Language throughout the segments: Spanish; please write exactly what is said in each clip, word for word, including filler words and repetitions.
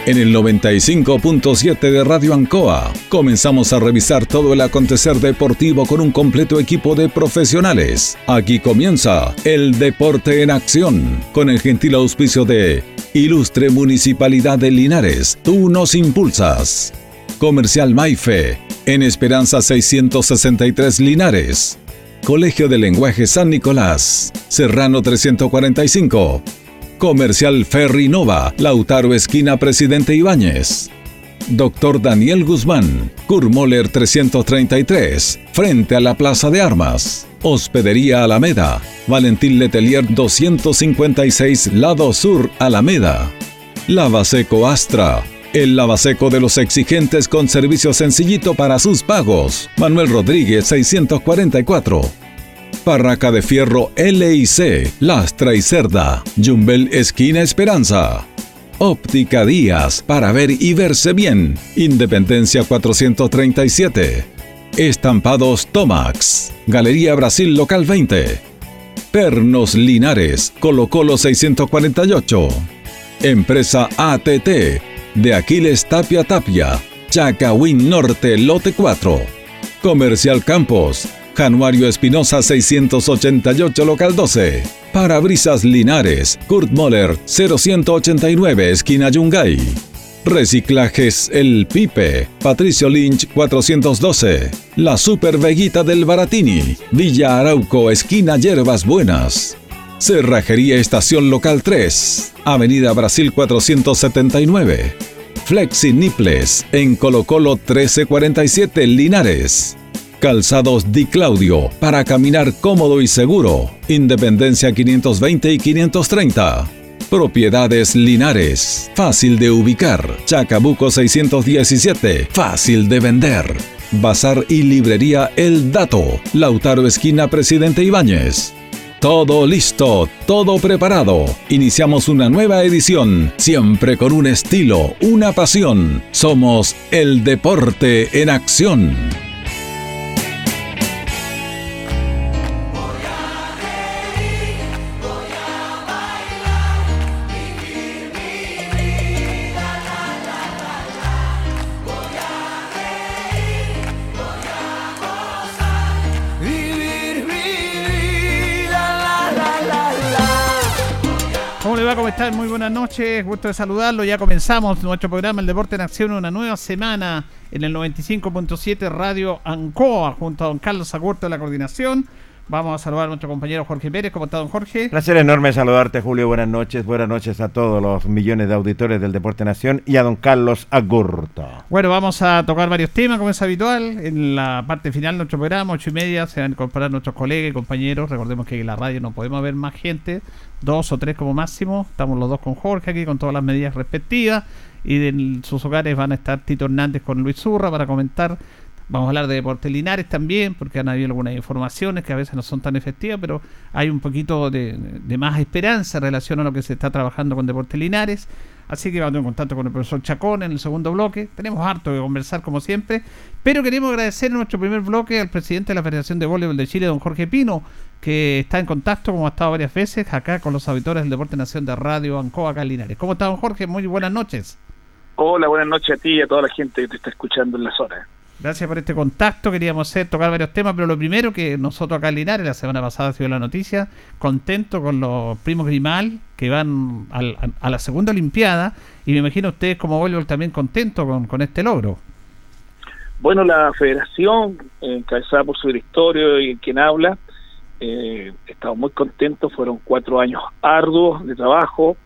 en el noventa y cinco punto siete de Radio Ancoa. Comenzamos a revisar todo el acontecer deportivo con un completo equipo de profesionales. Aquí comienza el Deporte en Acción, con el gentil auspicio de Ilustre Municipalidad de Linares, tú nos impulsas. Comercial Maife, en Esperanza seiscientos sesenta y tres Linares. Colegio de Lenguaje San Nicolás, Serrano trescientos cuarenta y cinco. Comercial Ferry Nova, Lautaro esquina Presidente Ibáñez. Doctor Daniel Guzmán, Kurmoller trescientos treinta y tres, frente a la Plaza de Armas. Hospedería Alameda, Valentín Letelier doscientos cincuenta y seis, Lado Sur, Alameda. Lavaseco Astra, el lavaseco de los exigentes con servicio sencillito para sus pagos. Manuel Rodríguez seiscientos cuarenta y cuatro. Barraca de Fierro L I C, Lastra y Cerda, Yumbel esquina Esperanza. Óptica Díaz, para ver y verse bien, Independencia cuatrocientos treinta y siete. Estampados Tomax, Galería Brasil Local veinte. Pernos Linares, Colo Colo seiscientos cuarenta y ocho. Empresa A T T, de Aquiles Tapia Tapia, Chacahuín Norte Lote cuatro. Comercial Campos, Januario Espinosa seiscientos ochenta y ocho Local doce. Parabrisas Linares, Kurt Moller cero ciento ochenta y nueve esquina Yungay. Reciclajes El Pipe, Patricio Lynch cuatrocientos doce. La Super Veguita del Baratini, Villa Arauco esquina Yerbas Buenas. Cerrajería Estación Local tres, Avenida Brasil cuatrocientos setenta y nueve. Flexi Niples, en Colo Colo trece cuarenta y siete Linares. Calzados Di Claudio, para caminar cómodo y seguro, Independencia quinientos veinte y quinientos treinta. Propiedades Linares, fácil de ubicar, Chacabuco seiscientos diecisiete, fácil de vender. Bazar y librería El Dato, Lautaro esquina Presidente Ibáñez. Todo listo, todo preparado. Iniciamos una nueva edición, siempre con un estilo, una pasión. Somos el Deporte en Acción. ¿Cómo están? Muy buenas noches, gusto de saludarlo. Ya comenzamos nuestro programa El Deporte en Acción, una nueva semana en el noventa y cinco punto siete Radio Ancoa, junto a don Carlos Agurto de la coordinación. Vamos a saludar a nuestro compañero Jorge Pérez. ¿Cómo está, don Jorge? Placer enorme saludarte, Julio. Buenas noches. Buenas noches a todos los millones de auditores del Deporte Nación y a don Carlos Agurto. Bueno, vamos a tocar varios temas, como es habitual. En la parte final de nuestro programa, ocho y media, se van a incorporar nuestros colegas y compañeros. Recordemos que en la radio no podemos ver más gente, dos o tres como máximo. Estamos los dos con Jorge aquí, con todas las medidas respectivas. Y en sus hogares van a estar Tito Hernández con Luis Zurra para comentar. Vamos a hablar de Deportes Linares también, porque han habido algunas informaciones que a veces no son tan efectivas, pero hay un poquito de, de más esperanza en relación a lo que se está trabajando con Deportes Linares. Así que vamos a tener contacto con el profesor Chacón en el segundo bloque. Tenemos harto que conversar como siempre, pero queremos agradecer en nuestro primer bloque al presidente de la Federación de Voleibol de Chile, don Jorge Pino, que está en contacto, como ha estado varias veces, acá con los auditores del Deporte Nación de Radio Ancoa, acá en Linares. ¿Cómo está, don Jorge? Muy buenas noches. Hola, buenas noches a ti y a toda la gente que te está escuchando en la zona. Gracias por este contacto. Queríamos hacer, tocar varios temas, pero lo primero que nosotros acá en Linares, la semana pasada se dio la noticia, contento con los primos Grimal que van al, a, a la segunda Olimpiada, y me imagino ustedes como voleibol también contentos con, con este logro. Bueno, la federación, eh, encabezada por su directorio y quien habla, eh, estamos muy contentos. Fueron cuatro años arduos de trabajo.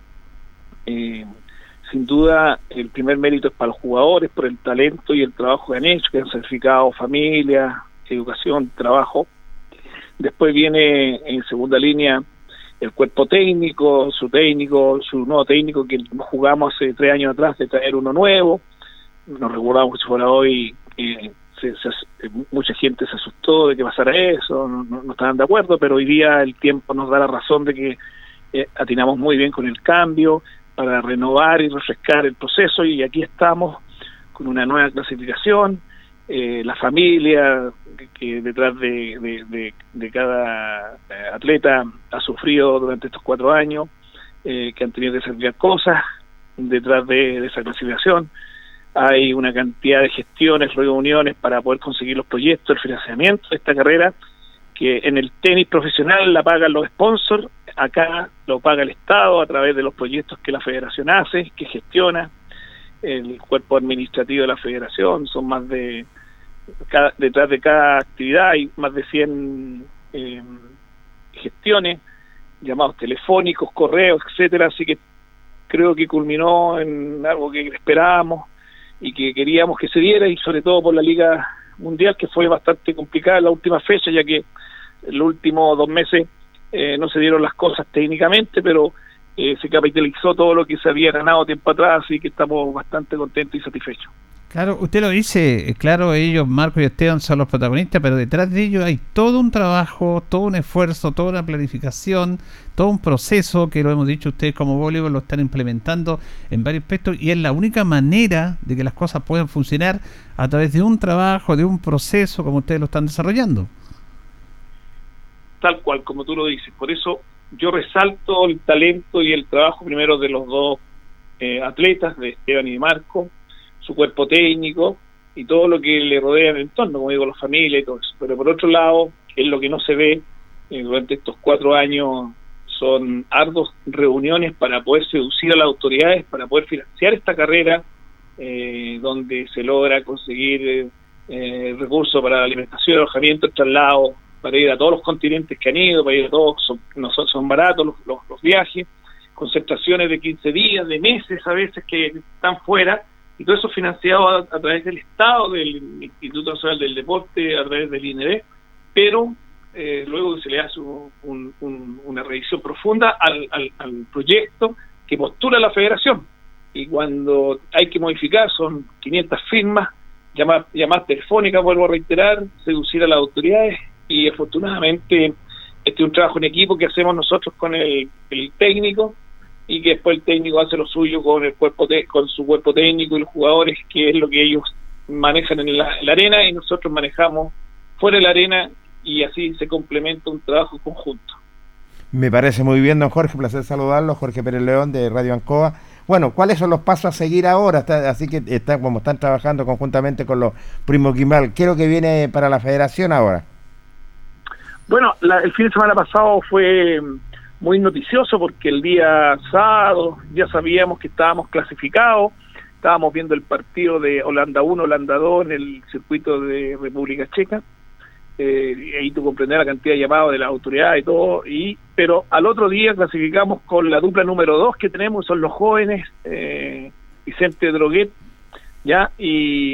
Eh, Sin duda, el primer mérito es para los jugadores, por el talento y el trabajo que han hecho, que han sacrificado familia, educación, trabajo. Después viene en segunda línea el cuerpo técnico, su técnico, su nuevo técnico, que jugamos hace tres años atrás de traer uno nuevo. Nos recordamos que si fuera hoy, eh, se, se, mucha gente se asustó de que pasara eso, no, no, no estaban de acuerdo, pero hoy día el tiempo nos da la razón de que eh, atinamos muy bien con el cambio, para renovar y refrescar el proceso, y aquí estamos con una nueva clasificación. Eh, la familia que, que detrás de, de, de, de cada eh, atleta ha sufrido durante estos cuatro años, eh, que han tenido que sacrificar cosas, detrás de, de esa clasificación. Hay una cantidad de gestiones, reuniones para poder conseguir los proyectos, el financiamiento de esta carrera, que en el tenis profesional la pagan los sponsors, acá lo paga el Estado a través de los proyectos que la federación hace, que gestiona, el cuerpo administrativo de la federación. Son más de, cada, detrás de cada actividad hay más de cien eh, gestiones, llamados telefónicos, correos, etcétera, así que creo que culminó en algo que esperábamos y que queríamos que se diera, y sobre todo por la Liga Mundial, que fue bastante complicada en la última fecha, ya que en los últimos dos meses eh, no se dieron las cosas técnicamente, pero eh, se capitalizó todo lo que se había ganado tiempo atrás, así que estamos bastante contentos y satisfechos. Claro, usted lo dice, claro, ellos, Marco y Esteban, son los protagonistas, pero detrás de ellos hay todo un trabajo, todo un esfuerzo, toda una planificación, todo un proceso que lo hemos dicho ustedes como voleibol, lo están implementando en varios aspectos, y es la única manera de que las cosas puedan funcionar a través de un trabajo, de un proceso, como ustedes lo están desarrollando. Tal cual, como tú lo dices. Por eso yo resalto el talento y el trabajo primero de los dos eh, atletas, de Esteban y de Marco, su cuerpo técnico y todo lo que le rodea en el entorno, como digo, la familia y todo eso. Pero por otro lado, es lo que no se ve eh, durante estos cuatro años, son arduas reuniones para poder seducir a las autoridades, para poder financiar esta carrera, eh, donde se logra conseguir eh, recursos para la alimentación, alojamiento, el traslado, para ir a todos los continentes que han ido, para ir a todos, son, no son, son baratos los, los, los viajes, concentraciones de quince días, de meses a veces que están fuera, y todo eso financiado a, a través del Estado, del Instituto Nacional del Deporte, a través del I N D E, pero eh, luego se le hace un, un, un, una revisión profunda al, al, al proyecto que postula la federación, y cuando hay que modificar son quinientas firmas, llamadas llamadas telefónicas, vuelvo a reiterar, seducir a las autoridades, y afortunadamente este es un trabajo en equipo que hacemos nosotros con el, el técnico, y que después el técnico hace lo suyo con el cuerpo te, con su cuerpo técnico y los jugadores, que es lo que ellos manejan en la, en la arena, y nosotros manejamos fuera de la arena, y así se complementa un trabajo conjunto. Me parece muy bien, don Jorge, placer saludarlo, Jorge Pérez León de Radio Ancoa. Bueno, ¿cuáles son los pasos a seguir ahora? Está, así que están, como están trabajando conjuntamente con los primos Quimbal, ¿qué es lo que viene para la federación ahora? Bueno, la, el fin de semana pasado fue muy noticioso porque el día sábado ya sabíamos que estábamos clasificados, estábamos viendo el partido de Holanda uno, Holanda dos en el circuito de República Checa, eh, y ahí tú comprendes la cantidad de llamados de la autoridad y todo, y pero al otro día clasificamos con la dupla número dos que tenemos, son los jóvenes eh, Vicente Droguet ya y,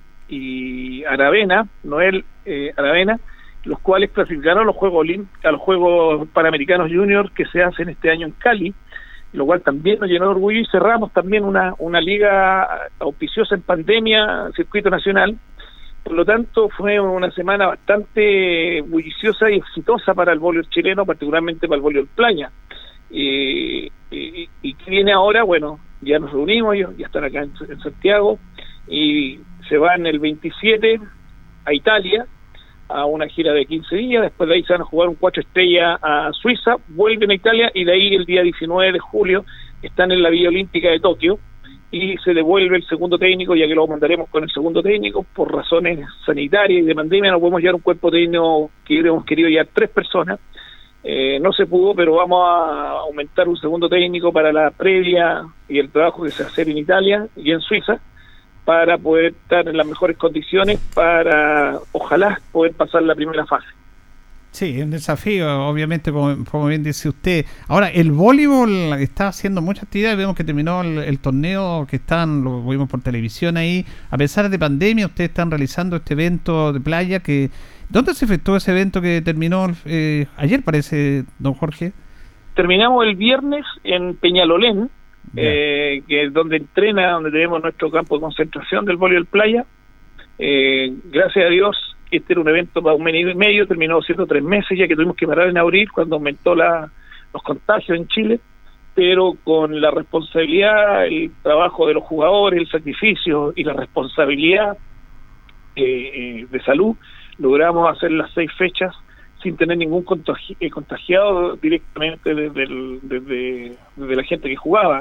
y Aravena, Noel eh, Aravena, los cuales clasificaron a los Juegos Olim- a los Juegos Panamericanos Junior que se hacen este año en Cali, lo cual también nos llenó de orgullo, y cerramos también una, una liga auspiciosa en pandemia, circuito nacional. Por lo tanto, fue una semana bastante bulliciosa y exitosa para el voleibol chileno, particularmente para el voleibol playa. Y, y, y que viene ahora, bueno, ya nos reunimos, ellos ya están acá en, en Santiago, y se van el veintisiete a Italia, a una gira de quince días, después de ahí se van a jugar un cuatro estrellas a Suiza, vuelven a Italia, y de ahí el día diecinueve de julio están en la Villa Olímpica de Tokio, y se devuelve el segundo técnico, ya que lo mandaremos con el segundo técnico, por razones sanitarias y de pandemia no podemos llevar un cuerpo técnico, que hubiéramos querido llevar tres personas, eh, no se pudo, pero vamos a aumentar un segundo técnico para la previa y el trabajo que se va a hacer en Italia y en Suiza, para poder estar en las mejores condiciones para, ojalá, poder pasar la primera fase. Sí, es un desafío, obviamente, como, como bien dice usted. Ahora, el voleibol está haciendo mucha actividad, vemos que terminó el, el torneo que están, lo vimos por televisión ahí, a pesar de pandemia, ustedes están realizando este evento de playa que... ¿Dónde se efectuó ese evento que terminó eh, ayer, parece, don Jorge? Terminamos el viernes en Peñalolén, Eh, que es donde entrena, donde tenemos nuestro campo de concentración del voleibol playa. Eh, gracias a Dios, este era un evento para un mes y medio, terminó siendo tres meses, ya que tuvimos que parar en abril cuando aumentó la, los contagios en Chile, pero con la responsabilidad, el trabajo de los jugadores, el sacrificio y la responsabilidad eh, eh, de salud, logramos hacer las seis fechas sin tener ningún contagi- eh, contagiado directamente desde, el, desde, desde la gente que jugaba.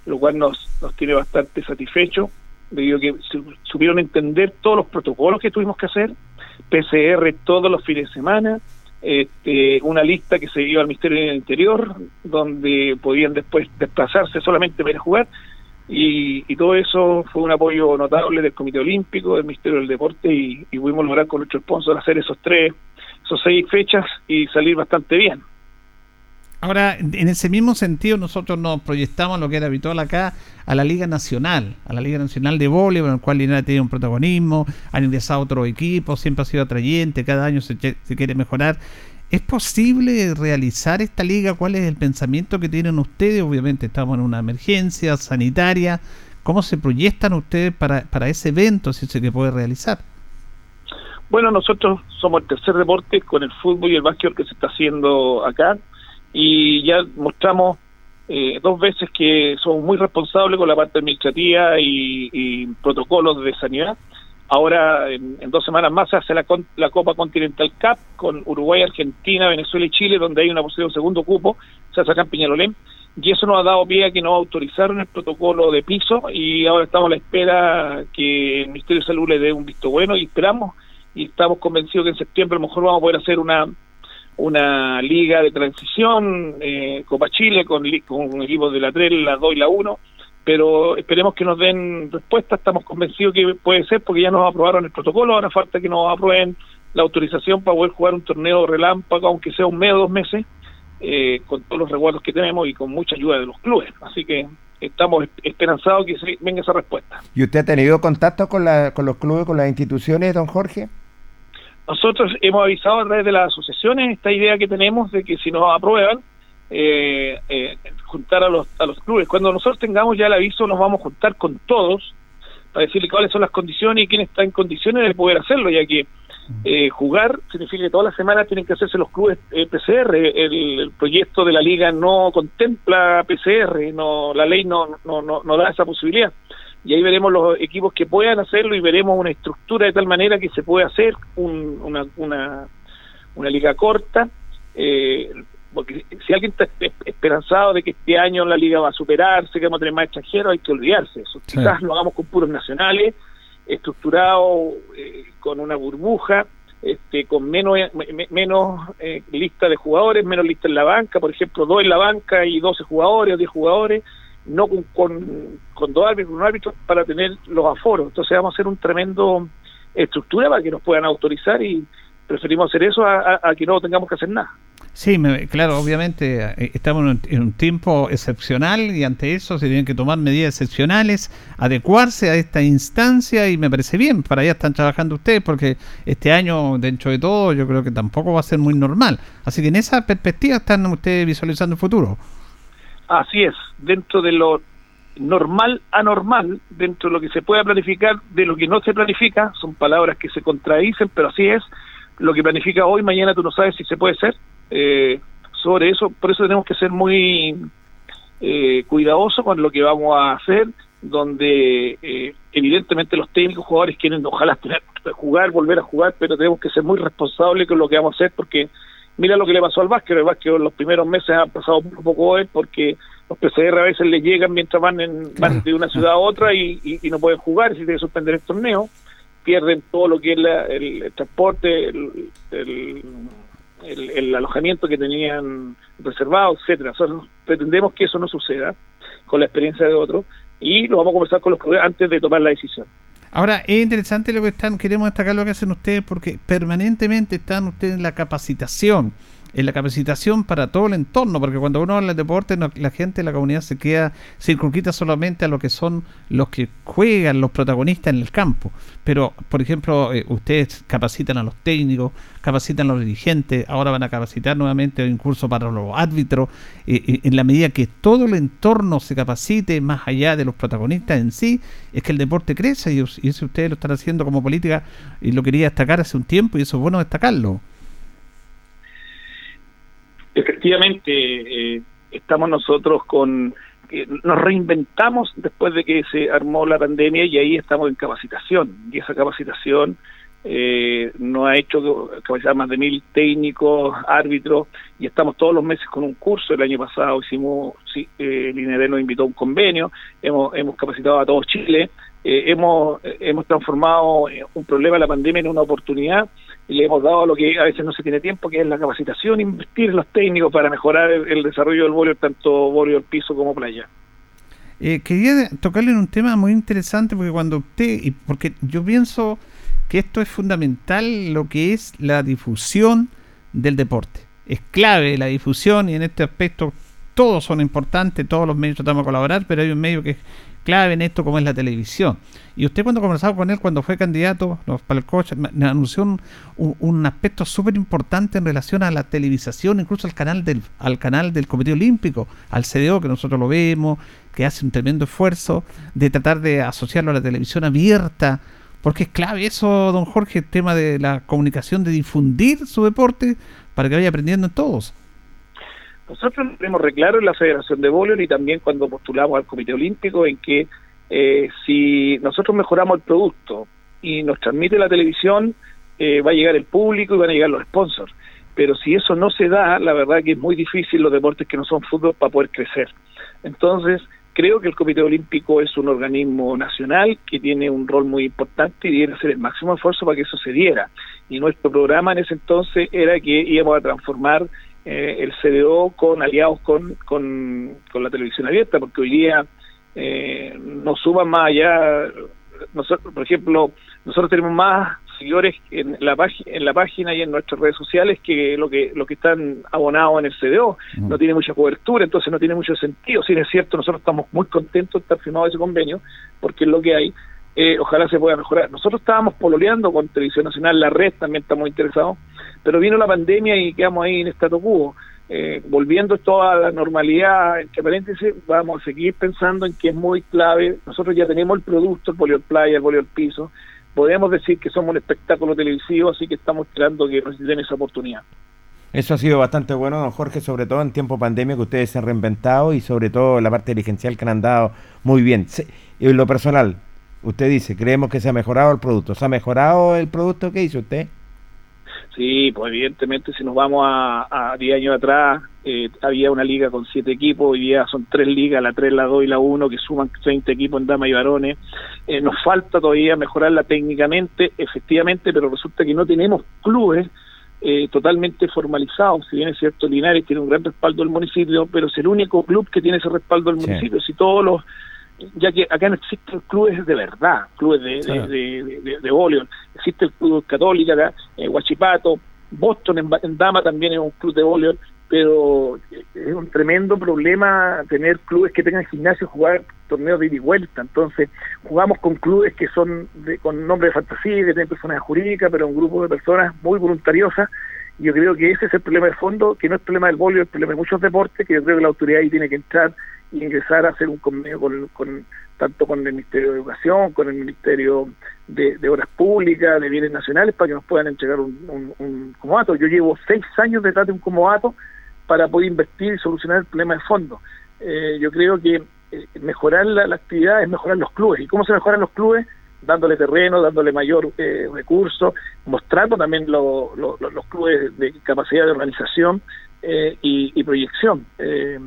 lo cual nos, nos tiene bastante satisfechos, debido a que supieron entender todos los protocolos que tuvimos que hacer, P C R todos los fines de semana, este, una lista que se dio al Ministerio del Interior, donde podían después desplazarse solamente para ir a jugar, y, y todo eso fue un apoyo notable del Comité Olímpico, del Ministerio del Deporte, y, y pudimos lograr con nuestro sponsor hacer esos tres, esos seis fechas y salir bastante bien. Ahora, en ese mismo sentido, nosotros nos proyectamos lo que era habitual acá, a la Liga Nacional, a la Liga Nacional de Voleibol, en la cual Linares ha tenido un protagonismo, han ingresado otros equipos, siempre ha sido atrayente, cada año se, se quiere mejorar. ¿Es posible realizar esta liga? ¿Cuál es el pensamiento que tienen ustedes? Obviamente estamos en una emergencia sanitaria. ¿Cómo se proyectan ustedes para, para ese evento, si se puede realizar? Bueno, nosotros somos el tercer deporte con el fútbol y el básquetbol que se está haciendo acá, y ya mostramos eh, dos veces que somos muy responsables con la parte administrativa y, y protocolos de sanidad. Ahora, en, en dos semanas más, se hace la, la Copa Continental Cup con Uruguay, Argentina, Venezuela y Chile, donde hay una posibilidad de un segundo cupo, se hace acá en Peñalolén, y eso nos ha dado pie a que nos autorizaron el protocolo de piso, y ahora estamos a la espera que el Ministerio de Salud le dé un visto bueno, y esperamos, y estamos convencidos que en septiembre a lo mejor vamos a poder hacer una una liga de transición, eh, Copa Chile, con, con equipos de la tres, la dos y la uno, pero esperemos que nos den respuesta. Estamos convencidos que puede ser, porque ya nos aprobaron el protocolo, ahora falta que nos aprueben la autorización para poder jugar un torneo relámpago, aunque sea un mes o dos meses, eh, con todos los resguardos que tenemos y con mucha ayuda de los clubes, así que estamos esperanzados que se venga esa respuesta. ¿Y usted ha tenido contacto con, la, con los clubes, con las instituciones, don Jorge? Nosotros hemos avisado a través de las asociaciones esta idea que tenemos de que si nos aprueban, eh, eh, juntar a los a los clubes. Cuando nosotros tengamos ya el aviso, nos vamos a juntar con todos para decirle cuáles son las condiciones y quién está en condiciones de poder hacerlo, ya que eh, jugar significa que todas las semanas tienen que hacerse los clubes eh, P C R. El, el proyecto de la liga no contempla P C R, no, la ley no, no, no, no da esa posibilidad. Y ahí veremos los equipos que puedan hacerlo y veremos una estructura de tal manera que se puede hacer un, una, una una liga corta, eh, porque si alguien está esperanzado de que este año la liga va a superarse, que vamos a tener más extranjeros, hay que olvidarse eso. Sí. Quizás lo hagamos con puros nacionales, estructurado eh, con una burbuja, este con menos me, menos eh, lista de jugadores, menos lista en la banca, por ejemplo, dos en la banca y doce jugadores o diez jugadores, no con, con, con dos árbitros, un árbitro para tener los aforos. Entonces vamos a hacer un tremendo estructura para que nos puedan autorizar, y preferimos hacer eso a, a, a que no tengamos que hacer nada. Sí, me, claro, obviamente eh, estamos en un, en un tiempo excepcional, y ante eso se tienen que tomar medidas excepcionales, adecuarse a esta instancia, y me parece bien, para allá están trabajando ustedes, porque este año, dentro de todo, yo creo que tampoco va a ser muy normal. Así que en esa perspectiva están ustedes visualizando el futuro. Así es, dentro de lo normal, anormal, dentro de lo que se pueda planificar, de lo que no se planifica, son palabras que se contradicen, pero así es, lo que planifica hoy, mañana tú no sabes si se puede hacer, eh, sobre eso, por eso tenemos que ser muy eh, cuidadosos con lo que vamos a hacer, donde eh, evidentemente los técnicos, jugadores quieren ojalá tener, jugar, volver a jugar, pero tenemos que ser muy responsables con lo que vamos a hacer, porque mira lo que le pasó al básquet. El básquet en los primeros meses ha pasado un poco hoy, porque los P C R a veces les llegan mientras van, en, van de una ciudad a otra y, y, y no pueden jugar, y se tiene que suspender el torneo, pierden todo lo que es la, el, el transporte, el, el, el, el alojamiento que tenían reservado, etcétera. Nosotros pretendemos que eso no suceda con la experiencia de otros, y lo vamos a conversar con los clubes antes de tomar la decisión. Ahora, es interesante lo que están, queremos destacar lo que hacen ustedes, porque permanentemente están ustedes en la capacitación, en la capacitación para todo el entorno, porque cuando uno habla de deporte, no, la gente, la comunidad se queda circunscrita solamente a lo que son los que juegan, los protagonistas en el campo. Pero, por ejemplo, eh, ustedes capacitan a los técnicos, capacitan a los dirigentes, ahora van a capacitar nuevamente un curso para los árbitros, eh, eh, en la medida que todo el entorno se capacite más allá de los protagonistas en sí, es que el deporte crece, y, y eso ustedes lo están haciendo como política, y lo quería destacar hace un tiempo, y eso es bueno destacarlo. Efectivamente, eh, estamos nosotros con... Eh, nos reinventamos después de que se armó la pandemia, y ahí estamos en capacitación, y esa capacitación eh, nos ha hecho capacitar más de mil técnicos, árbitros, y estamos todos los meses con un curso. El año pasado hicimos, sí, eh, el I N E D nos invitó a un convenio, hemos, hemos capacitado a todo Chile, eh, hemos, hemos transformado un problema de la pandemia en una oportunidad, y le hemos dado lo que a veces no se tiene tiempo, que es la capacitación, invertir en los técnicos para mejorar el, el desarrollo del voleibol, tanto voleibol piso como playa. Eh, quería tocarle en un tema muy interesante, porque cuando usted, y porque yo pienso que esto es fundamental, lo que es la difusión del deporte. Es clave la difusión, y en este aspecto todos son importantes, todos los medios tratamos de colaborar, pero hay un medio que es clave en esto, como es la televisión. Y usted, cuando conversaba con él, cuando fue candidato no, para el coach, me anunció un, un, un aspecto súper importante en relación a la televisación, incluso al canal del al canal del Comité Olímpico, al C D O, que nosotros lo vemos, que hace un tremendo esfuerzo de tratar de asociarlo a la televisión abierta, porque es clave eso, don Jorge, el tema de la comunicación, de difundir su deporte para que vaya aprendiendo en todos. Nosotros tenemos reclaro en la Federación de Voleibol y también cuando postulamos al Comité Olímpico en que eh, si nosotros mejoramos el producto y nos transmite la televisión, eh, va a llegar el público y van a llegar los sponsors. Pero si eso no se da, la verdad que es muy difícil los deportes que no son fútbol para poder crecer. Entonces, creo que el Comité Olímpico es un organismo nacional que tiene un rol muy importante y debe hacer el máximo esfuerzo para que eso se diera. Y nuestro programa en ese entonces era que íbamos a transformar eh, el C D O con aliados con, con, con la televisión abierta, porque hoy día eh, nos suban más allá. Nosotros, por ejemplo, nosotros tenemos más seguidores en la página en la página y en nuestras redes sociales que lo que lo que están abonados en el C D O. Uh-huh. No tiene mucha cobertura, entonces no tiene mucho sentido. Si es cierto, nosotros estamos muy contentos de estar firmado ese convenio, porque es lo que hay. Eh, ojalá se pueda mejorar. Nosotros estábamos pololeando con Televisión Nacional, la red también estamos interesados, pero vino la pandemia y quedamos ahí en statu quo. Eh, volviendo toda la normalidad, entre paréntesis, vamos a seguir pensando en que es muy clave. Nosotros ya tenemos el producto, el voleibol playa, el voleibol piso. Podemos decir que somos un espectáculo televisivo, así que estamos esperando que nos den esa oportunidad. Eso ha sido bastante bueno, don Jorge, sobre todo en tiempo pandemia, que ustedes se han reinventado y sobre todo la parte dirigencial que han andado muy bien. En lo personal, usted dice, creemos que se ha mejorado el producto. ¿Se ha mejorado el producto que hizo usted? Sí, pues evidentemente si nos vamos a, a diez años atrás, eh, había una liga con siete equipos, hoy día son tres ligas, la tres, la dos y la uno, que suman treinta equipos en damas y varones. Eh, nos falta todavía mejorarla técnicamente, efectivamente, pero resulta que no tenemos clubes eh, totalmente formalizados. Si bien es cierto, Linares tiene un gran respaldo del municipio, pero es el único club que tiene ese respaldo del municipio. Sí. Si todos los ya que acá no existen clubes de verdad, clubes de sí. de, de, de, de, de voleibol. Existe el Club Católica acá, eh, Huachipato, Boston en, en Dama también es un club de voleibol, pero es un tremendo problema tener clubes que tengan gimnasio, jugar torneos de ida y vuelta. Entonces jugamos con clubes que son de, con nombre de fantasía, que tienen personas jurídicas, pero un grupo de personas muy voluntariosas. Y yo creo que ese es el problema de fondo, que no es el problema del voleibol, es el problema de muchos deportes, que yo creo que la autoridad ahí tiene que entrar y ingresar a hacer un convenio con, con tanto con el Ministerio de Educación, con el Ministerio de, de Obras Públicas, de Bienes Nacionales, para que nos puedan entregar un, un, un comodato. Yo llevo seis años detrás de un comodato para poder invertir y solucionar el problema de fondo. Eh, yo creo que eh, mejorar la, la actividad es mejorar los clubes. ¿Y cómo se mejoran los clubes? Dándole terreno, dándole mayor eh, recursos, mostrando también lo, lo, lo, los clubes de capacidad de organización eh, y, y proyección. Eh,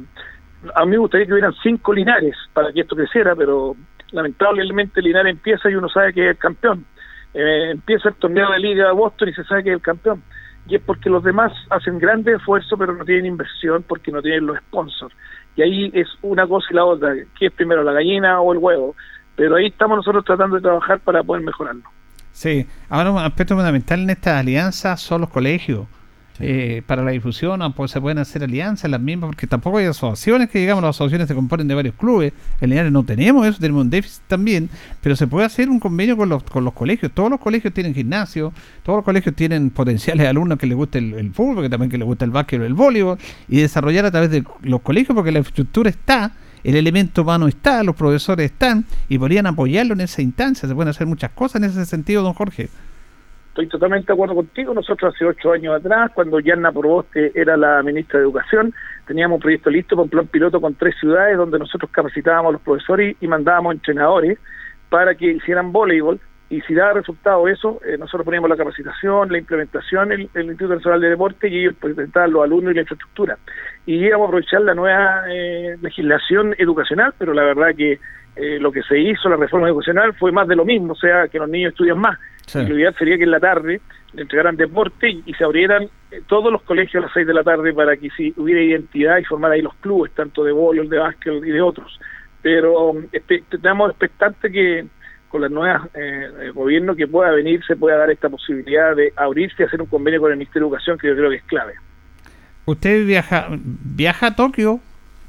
a mí me gustaría que hubieran cinco Linares para que esto creciera, pero lamentablemente Linares empieza y uno sabe que es el campeón. Eh, empieza el torneo de Liga de Boston y se sabe que es el campeón. Y es porque los demás hacen grandes esfuerzos, pero no tienen inversión porque no tienen los sponsors. Y ahí es una cosa y la otra. ¿Qué es primero, la gallina o el huevo? Pero ahí estamos nosotros tratando de trabajar para poder mejorarlo. Sí, ahora un aspecto fundamental en estas alianzas son los colegios. Sí. Eh, para la difusión pues se pueden hacer alianzas las mismas, porque tampoco hay asociaciones que, digamos, las asociaciones se componen de varios clubes. En Linares no tenemos eso, tenemos un déficit también, pero se puede hacer un convenio con los con los colegios. Todos los colegios tienen gimnasio, todos los colegios tienen potenciales alumnos que les guste el, el fútbol, que también que les gusta el básquet o el voleibol, y desarrollar a través de los colegios, porque la infraestructura está, el elemento humano está, los profesores están, y podrían apoyarlo en esa instancia. Se pueden hacer muchas cosas en ese sentido, don Jorge. Estoy totalmente de acuerdo contigo. Nosotros hace ocho años atrás, cuando Yanna Proboste era la ministra de Educación, teníamos un proyecto listo con un plan piloto con tres ciudades donde nosotros capacitábamos a los profesores y mandábamos entrenadores para que hicieran voleibol y si da resultado eso, eh, nosotros poníamos la capacitación, la implementación, el, el Instituto Nacional de Deporte, y ellos presentaban los alumnos y la infraestructura. Y íbamos a aprovechar la nueva eh, legislación educacional, pero la verdad que eh, lo que se hizo, la reforma educacional, fue más de lo mismo, o sea, que los niños estudian más. Sí. Y lo ideal sería que en la tarde le entregaran deporte y, y se abrieran eh, todos los colegios a las seis de la tarde para que si hubiera identidad y formar ahí los clubes, tanto de voleibol, de básquet y de otros. Pero este, estamos expectantes que con las nuevas eh, gobierno que pueda venir se pueda dar esta posibilidad de abrirse y hacer un convenio con el Ministerio de Educación, que yo creo que es clave. ¿Usted viaja viaja a Tokio?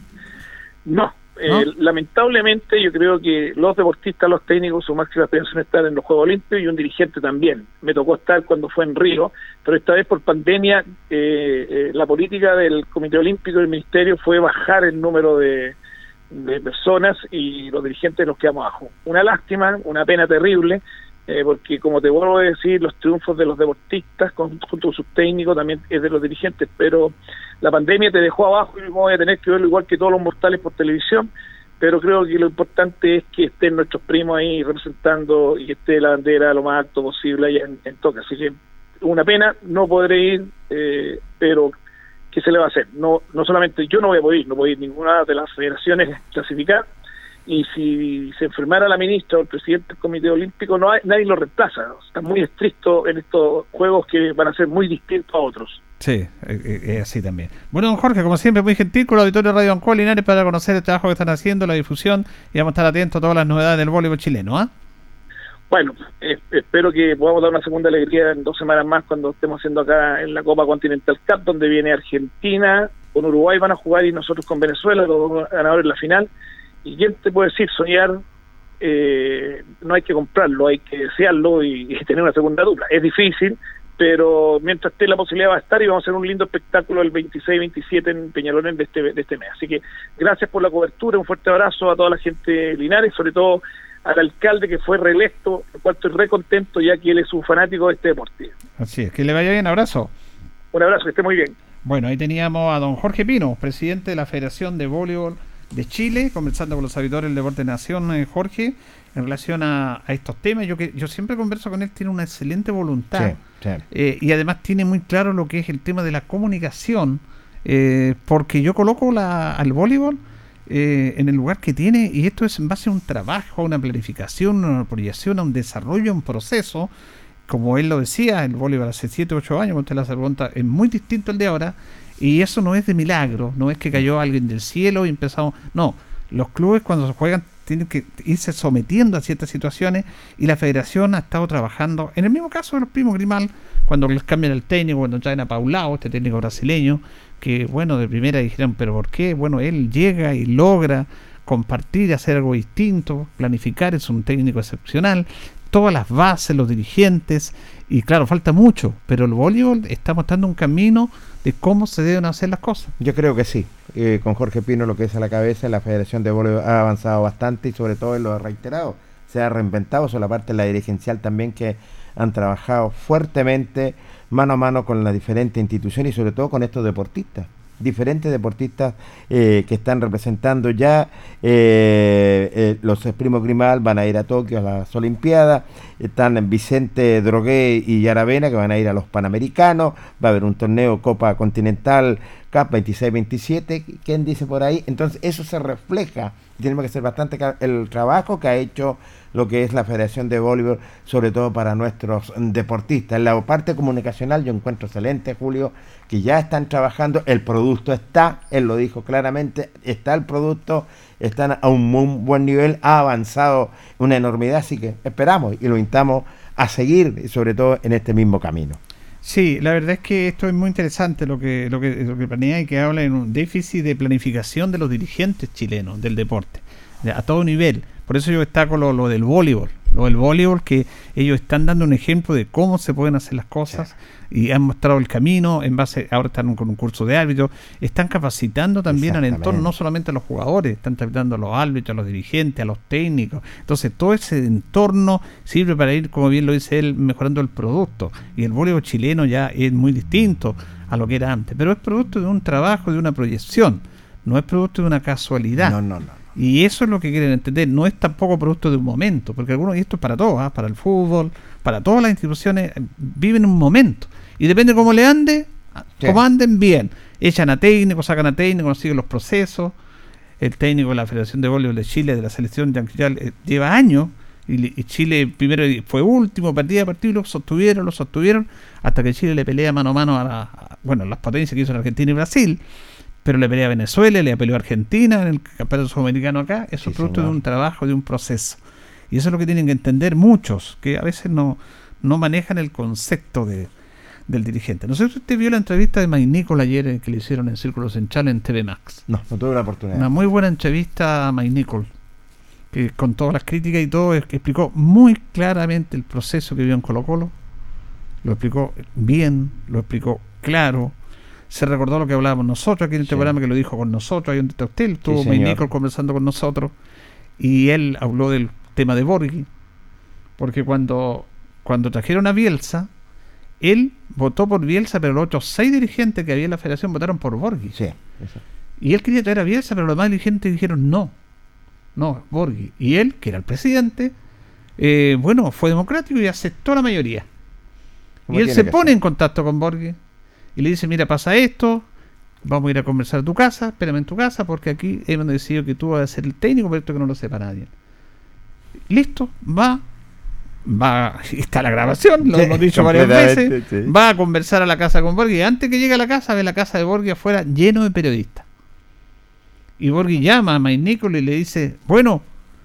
No, ¿No? Eh, lamentablemente yo creo que los deportistas, los técnicos, su máxima aspiración es estar en los Juegos Olímpicos, y un dirigente también. Me tocó estar cuando fue en Río, pero esta vez por pandemia eh, eh, la política del Comité Olímpico y del Ministerio fue bajar el número de de personas, y los dirigentes nos quedamos abajo. Una lástima, una pena terrible, eh, porque como te vuelvo a decir, los triunfos de los deportistas con, junto con sus técnicos también es de los dirigentes, pero la pandemia te dejó abajo y voy a tener que verlo igual que todos los mortales por televisión, pero creo que lo importante es que estén nuestros primos ahí representando y que esté la bandera lo más alto posible allá en, en Tokio. Así que una pena, no podré ir, eh, pero ¿qué se le va a hacer? No no solamente yo no voy a poder ir, no voy a ir ninguna de las federaciones clasificar, y si se enfermara la ministra o el presidente del Comité Olímpico, no hay, nadie lo reemplaza. Está muy estricto en estos juegos que van a ser muy distintos a otros. Sí, es así también. Bueno, don Jorge, como siempre, muy gentil con el auditorio de Radio Ancoa Linares para conocer el trabajo que están haciendo, la difusión, y vamos a estar atentos a todas las novedades del voleibol chileno, ¿ah? ¿eh? Bueno, eh, espero que podamos dar una segunda alegría en dos semanas más cuando estemos haciendo acá en la Copa Continental Cup, donde viene Argentina, con Uruguay van a jugar y nosotros con Venezuela, los ganadores en la final. Y quién te puede decir, soñar, eh, no hay que comprarlo, hay que desearlo y, y tener una segunda dupla. Es difícil, pero mientras esté la posibilidad va a estar, y vamos a hacer un lindo espectáculo el veintiséis veintisiete en Peñalolén de este, de este mes. Así que gracias por la cobertura, un fuerte abrazo a toda la gente de Linares, sobre todo al alcalde que fue reelecto, lo cual estoy re contento, ya que él es un fanático de este deporte. Así es, que le vaya bien, abrazo. Un abrazo, que esté muy bien. Bueno, ahí teníamos a don Jorge Pino, presidente de la Federación de Voleibol de Chile, conversando con los habitores del Deporte Nación, eh, Jorge, en relación a, a estos temas. Yo que yo siempre converso con él, tiene una excelente voluntad, sí, sí. Eh, y además tiene muy claro lo que es el tema de la comunicación, eh, porque yo coloco la, al voleibol Eh, en el lugar que tiene, y esto es en base a un trabajo, a una planificación, a una proyección, a un desarrollo, a un proceso. Como él lo decía, el voleibol hace siete, ocho años, usted la pregunta, es muy distinto al de ahora, y eso no es de milagro, no es que cayó alguien del cielo y empezamos, no, los clubes cuando se juegan tienen que irse sometiendo a ciertas situaciones, y la federación ha estado trabajando, en el mismo caso de los primos Grimal, cuando les cambian el técnico, cuando traen a Paulao, este técnico brasileño, que bueno, de primera dijeron, pero ¿por qué? Bueno, él llega y logra compartir, hacer algo distinto, planificar, es un técnico excepcional, todas las bases, los dirigentes, y claro, falta mucho, pero el voleibol está mostrando un camino de cómo se deben hacer las cosas. Yo creo que sí, eh, con Jorge Pino lo que es a la cabeza, la Federación de Voleibol ha avanzado bastante, y sobre todo en lo reiterado, se ha reinventado, sobre la parte de la dirigencial también, que han trabajado fuertemente mano a mano con las diferentes instituciones y sobre todo con estos deportistas, diferentes deportistas eh, que están representando ya, eh, eh, los primos Grimal van a ir a Tokio a las Olimpiadas, están Vicente Drogué y Yaravena que van a ir a los Panamericanos, va a haber un torneo Copa Continental Cup veintiséis veintisiete, ¿quién dice por ahí? Entonces eso se refleja, y tenemos que ser bastante claro, el trabajo que ha hecho lo que es la Federación de Voleibol, sobre todo para nuestros deportistas. En la parte comunicacional yo encuentro excelente, Julio, que ya están trabajando, el producto está, él lo dijo claramente, está el producto, están a un muy buen nivel, ha avanzado una enormidad, así que esperamos y lo invitamos a seguir, sobre todo en este mismo camino. Sí, la verdad es que esto es muy interesante lo que lo que, lo que planea, y que habla en un déficit de planificación de los dirigentes chilenos del deporte, a todo nivel. Por eso yo destaco lo, lo del voleibol, lo del voleibol, que ellos están dando un ejemplo de cómo se pueden hacer las cosas, sí, y han mostrado el camino en base, ahora están con un curso de árbitros, están capacitando también al entorno, no solamente a los jugadores, están capacitando a los árbitros, a los dirigentes, a los técnicos. Entonces todo ese entorno sirve para ir, como bien lo dice él, mejorando el producto, y el voleibol chileno ya es muy distinto a lo que era antes, pero es producto de un trabajo, de una proyección, no es producto de una casualidad. No, no, no. Y eso es lo que quieren entender. No es tampoco producto de un momento, porque algunos, y esto es para todos, ¿eh? Para el fútbol, para todas las instituciones, viven un momento. Y depende cómo le ande, sí. cómo anden bien. Echan a técnicos, sacan a técnicos, siguen los procesos. El técnico de la Federación de Voleibol de Chile, de la selección de eh, lleva años. Y, y Chile primero fue último, partida a partido, lo sostuvieron, lo sostuvieron, hasta que Chile le pelea mano a mano a, la, a bueno, las potencias que hizo Argentina y Brasil. Pero le pelea a Venezuela, le peleó a Argentina en el campeonato sudamericano acá. Eso sí, es producto señor. de un trabajo, de un proceso. Y eso es lo que tienen que entender muchos, que a veces no, no manejan el concepto de, del dirigente. No sé si usted vio la entrevista de Mike Nichols ayer eh, que le hicieron en Círculo Central en T V Max. No, no tuve la oportunidad. Una muy buena entrevista a Mike Nichols, que con todas las críticas y todo, es, que explicó muy claramente el proceso que vio en Colo Colo. Lo explicó bien, lo explicó claro. Se recordó lo que hablábamos nosotros aquí en este sí. programa, que lo dijo con nosotros, ahí donde está usted, estuvo sí, Mike Nichols conversando con nosotros, y él habló del tema de Borghi, porque cuando, cuando trajeron a Bielsa, él votó por Bielsa, pero los otros seis dirigentes que había en la federación votaron por Borghi. Sí, eso. Y él quería traer a Bielsa, pero los demás dirigentes dijeron no, no, Borghi. Y él, que era el presidente, eh, bueno, fue democrático y aceptó la mayoría. Y él se pone ser? en contacto con Borghi. Y le dice, mira, pasa esto, vamos a ir a conversar a tu casa, espérame en tu casa, porque aquí hemos decidido que tú vas a ser el técnico, pero esto que no lo sepa nadie. Listo, va, va, está la grabación, lo sí, hemos dicho varias veces, sí. va a conversar a la casa con Borghi, y antes que llegue a la casa, ve la casa de Borghi afuera lleno de periodistas. Y Borghi llama a Mike Nichols y le dice, bueno,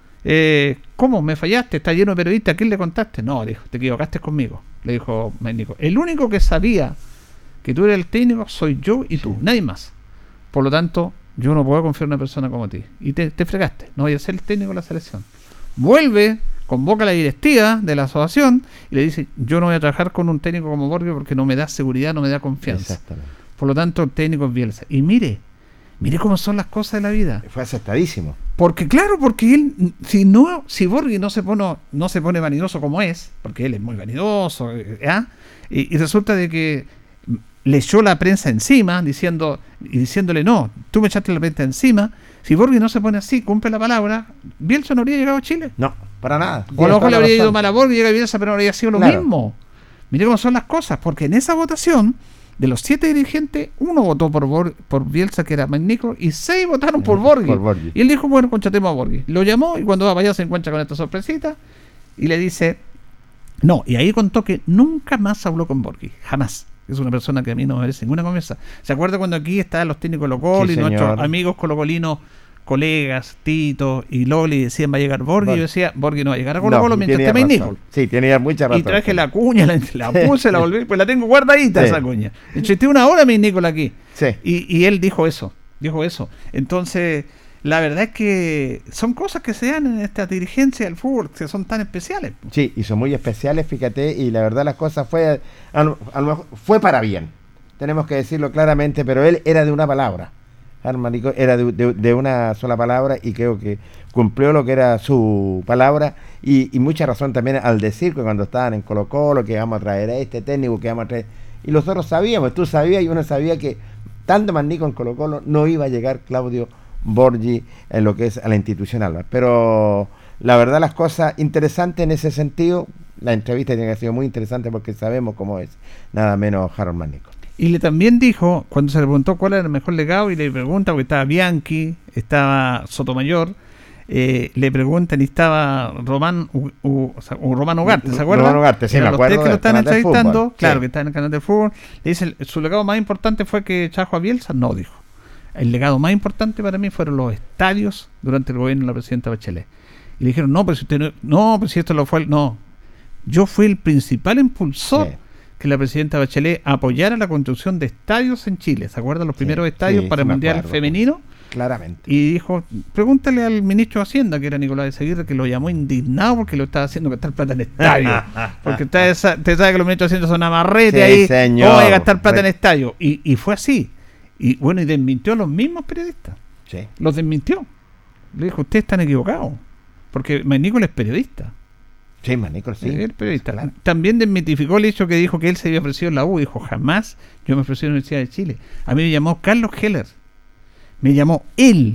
eh, ¿cómo? ¿Me fallaste? Está lleno de periodistas, ¿a quién le contaste? No, dijo, te equivocaste conmigo, le dijo Mike Nichols. El único que sabía que tú eres el técnico, soy yo y tú, sí. nadie más. Por lo tanto, yo no puedo confiar en una persona como ti. Y te, te fregaste, no voy a ser el técnico de la selección. Vuelve, convoca a la directiva de la asociación y le dice, yo no voy a trabajar con un técnico como Borghi porque no me da seguridad, no me da confianza. Por lo tanto, el técnico es Bielsa. Y mire, mire cómo son las cosas de la vida. Fue aceptadísimo. Porque claro, porque él, si no, si Borghi no se pone, no se pone vanidoso como es, porque él es muy vanidoso, ¿eh? y, y resulta de que le echó la prensa encima, diciendo y diciéndole, no, tú me echaste la prensa encima. Si Borghi no se pone así, cumple la palabra, Bielsa no habría llegado a Chile. No, para nada. O a lo mejor le habría ido mal a Borghi, llega a Bielsa, pero no habría sido lo claro. mismo. Mire cómo son las cosas, porque en esa votación, de los siete dirigentes, uno votó por Bor- por Bielsa, que era Mike Nichols, y seis votaron por Borghi. por Borghi. Y él dijo, bueno, contratemos a Borghi. Lo llamó, y cuando va para allá se encuentra con esta sorpresita, y le dice, no, y ahí contó que nunca más habló con Borghi, jamás. Es una persona que a mí no me merece ninguna conversa. ¿Se acuerda cuando aquí estaban los técnicos Colo-Colo sí, y nuestros amigos colocolinos, colegas, Tito y Loli decían va a llegar Borghi? Y yo decía, Borghi no va a llegar a Colo-Colo no, mientras esté Mike Nichols. Sí, tenía mucha razón. Y traje la cuña, la, la puse, la volví, pues la tengo guardadita sí. esa cuña. Entreté una hora Mike Nichols aquí. Sí. Y, y él dijo eso, dijo eso. Entonces, la verdad es que son cosas que se dan en esta dirigencia del fútbol, que son tan especiales. Sí, y son muy especiales, fíjate, y la verdad las cosas fue, a lo, a lo mejor fue para bien, tenemos que decirlo claramente, pero él era de una palabra, Armanico era de, de, de una sola palabra, y creo que cumplió lo que era su palabra, y, y mucha razón también al decir que cuando estaban en Colo-Colo, que vamos a traer a este técnico, que vamos a traer, y nosotros sabíamos, tú sabías y uno sabía que tanto Manico en Colo-Colo no iba a llegar Claudio Borghi en lo que es a la institución Alba, pero la verdad las cosas interesantes en ese sentido. La entrevista tiene que haber sido muy interesante porque sabemos cómo es nada menos Harold Manico. Y le también dijo, cuando se le preguntó cuál era el mejor legado, y le pregunta, porque estaba Bianchi, estaba Sotomayor, eh, le preguntan y estaba Román U, U, o sea, Román Ugarte, ¿se acuerdan? Román Ugarte, sí, me acuerdo. Los que lo están entrevistando, claro, sí. que está en el canal de fútbol, le dicen, su legado más importante fue que trajo a Bielsa, no, dijo. El legado más importante para mí fueron los estadios durante el gobierno de la presidenta Bachelet. Y le dijeron, no, pero si usted no, no, pero si esto lo fue, el, no. Yo fui el principal impulsor sí. que la presidenta Bachelet apoyara la construcción de estadios en Chile. ¿Se acuerdan los primeros sí, estadios sí, para el Mundial acuerdo, Femenino? Claramente. Y dijo, pregúntale al ministro de Hacienda, que era Nicolás de Seguirre, que lo llamó indignado porque lo estaba haciendo gastar plata en estadio. Porque usted, usted sabe que los ministros de Hacienda son amarretes sí, ahí. Señor. ¿Cómo hay que gastar plata en estadio? Y, y fue así. Y bueno, y desmintió a los mismos periodistas. Sí. Los desmintió. Le dijo, ustedes están equivocados. Porque Mike Nichols es periodista. Sí, Mike Nichols, sí. Es periodista. Claro. También desmitificó el hecho que dijo que él se había ofrecido en la U. Dijo, jamás yo me ofrecí en la Universidad de Chile. A mí me llamó Carlos Heller. Me llamó él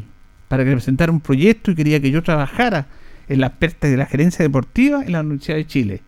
para que le presentara un proyecto y quería que yo trabajara en la parte de la gerencia deportiva en la Universidad de Chile.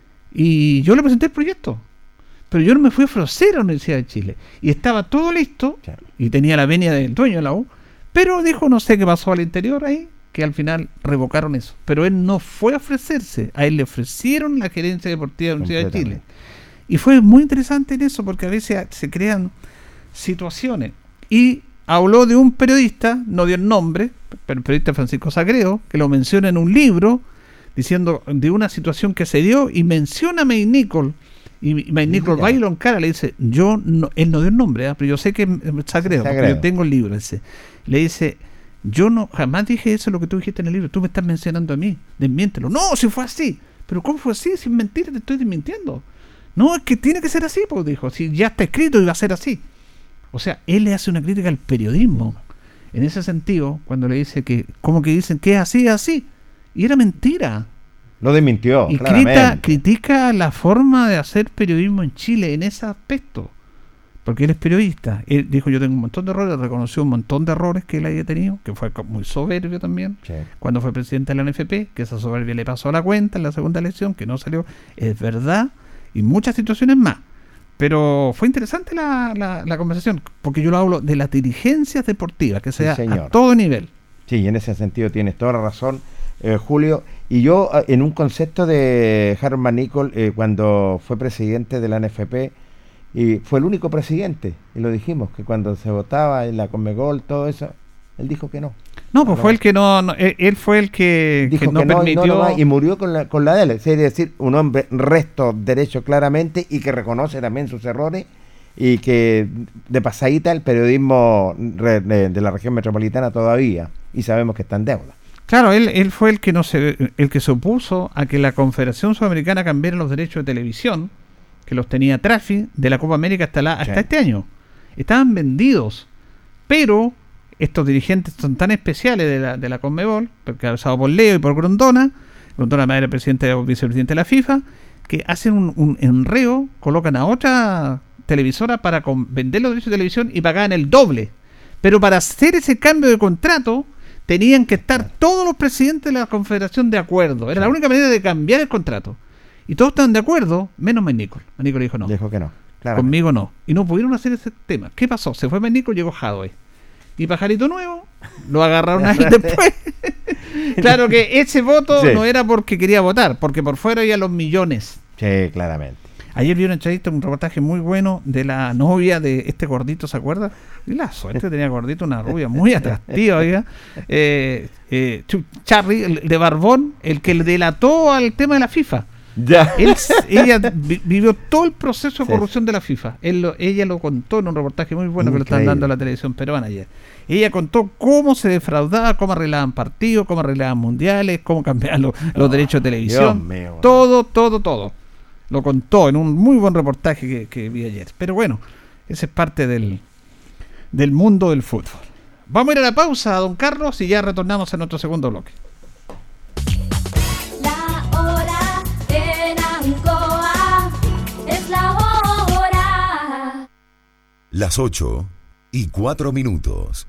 Y yo le presenté el proyecto, pero yo no me fui a ofrecer a la Universidad de Chile. Y estaba todo listo, claro, y tenía la venia del dueño de la U, pero dijo, no sé qué pasó al interior ahí, que al final revocaron eso. Pero él no fue a ofrecerse, a él le ofrecieron la gerencia deportiva de la Universidad de Chile. Y fue muy interesante en eso, porque a veces se crean situaciones. Y habló de un periodista, no dio el nombre, pero el periodista Francisco Sagredo, que lo menciona en un libro, diciendo de una situación que se dio, y menciona a May Nicol, y May Nicol va y lo encara, le dice, yo no, él no dio el nombre, ¿eh? Pero yo sé que es Sagredo, porque yo tengo el libro ese. Le dice, yo no jamás dije eso, lo que tú dijiste en el libro, tú me estás mencionando a mí, desmiéntelo. No, si fue así. Pero ¿cómo fue así? Si es mentira, te estoy desmintiendo. No, es que tiene que ser así, pues dijo, si ya está escrito y va a ser así. O sea, él le hace una crítica al periodismo. En ese sentido, cuando le dice que, como que dicen que es así, es así. Y era mentira. Lo desmintió, y critica, critica la forma de hacer periodismo en Chile en ese aspecto. Porque él es periodista. Él dijo, yo tengo un montón de errores, reconoció un montón de errores que él había tenido, que fue muy soberbio también. Sí. Cuando fue presidente de la N F P, que esa soberbia le pasó a la cuenta en la segunda elección, que no salió. Es verdad. Y muchas situaciones más. Pero fue interesante la, la, la conversación, porque yo lo hablo de las dirigencias deportivas, que sea sí, a todo nivel. Sí, en ese sentido tienes toda la razón, eh, Julio. Y yo, en un concepto de Harold May Nicol, eh, cuando fue presidente de la N F P, y fue el único presidente, y lo dijimos, que cuando se votaba en la Conmebol, todo eso, él dijo que no. No, pues no, fue el que no, no él, él fue el que, dijo que no que no, permitió. Y, no, no, y murió con la, con la de él, es decir, un hombre resto derecho claramente y que reconoce también sus errores y que de pasadita el periodismo de, de la región metropolitana todavía, y sabemos que está en deuda. Claro, él, él fue el que no se, el que se opuso a que la Confederación Sudamericana cambiara los derechos de televisión, que los tenía Trafi, de la Copa América hasta, la, hasta sí. este año. Estaban vendidos, pero estos dirigentes son tan especiales de la, de la Conmebol, encabezado por Leo y por Grondona, Grondona además era presidente o vicepresidente de la FIFA, que hacen un, un enreo, colocan a otra televisora para con, vender los derechos de televisión y pagaban el doble. Pero para hacer ese cambio de contrato, tenían que estar todos los presidentes de la Confederación de acuerdo. Era sí. la única manera de cambiar el contrato. Y todos estaban de acuerdo, menos May Nicol. May Nicol dijo no. Dijo que no. Conmigo no. Y no pudieron hacer ese tema. ¿Qué pasó? Se fue May Nicol, llegó Hadwe. Y Pajarito Nuevo lo agarraron ahí después. Claro que ese voto sí. no era porque quería votar, porque por fuera había los millones. Sí, claramente. Ayer vi una entrevista, un reportaje muy bueno de la novia de este gordito, ¿se acuerda? Y la suerte tenía gordito, una rubia muy atractiva, oiga. Eh, eh, Charlie, el de Barbón, el que le delató al tema de la FIFA. Ya. Él, ella vi, vivió todo el proceso de sí. corrupción de la FIFA. Él lo, ella lo contó en un reportaje muy bueno Increíble. que lo están dando a la televisión peruana ayer. Ella contó cómo se defraudaba, cómo arreglaban partidos, cómo arreglaban mundiales, cómo cambiaban los, los oh, derechos de televisión. Mío, todo, todo, todo. Lo contó en un muy buen reportaje que, que vi ayer. Pero bueno, esa es parte del, del mundo del fútbol. Vamos a ir a la pausa, don Carlos, y ya retornamos a nuestro segundo bloque. La hora en Ancoa es la hora. Las ocho y cuatro minutos.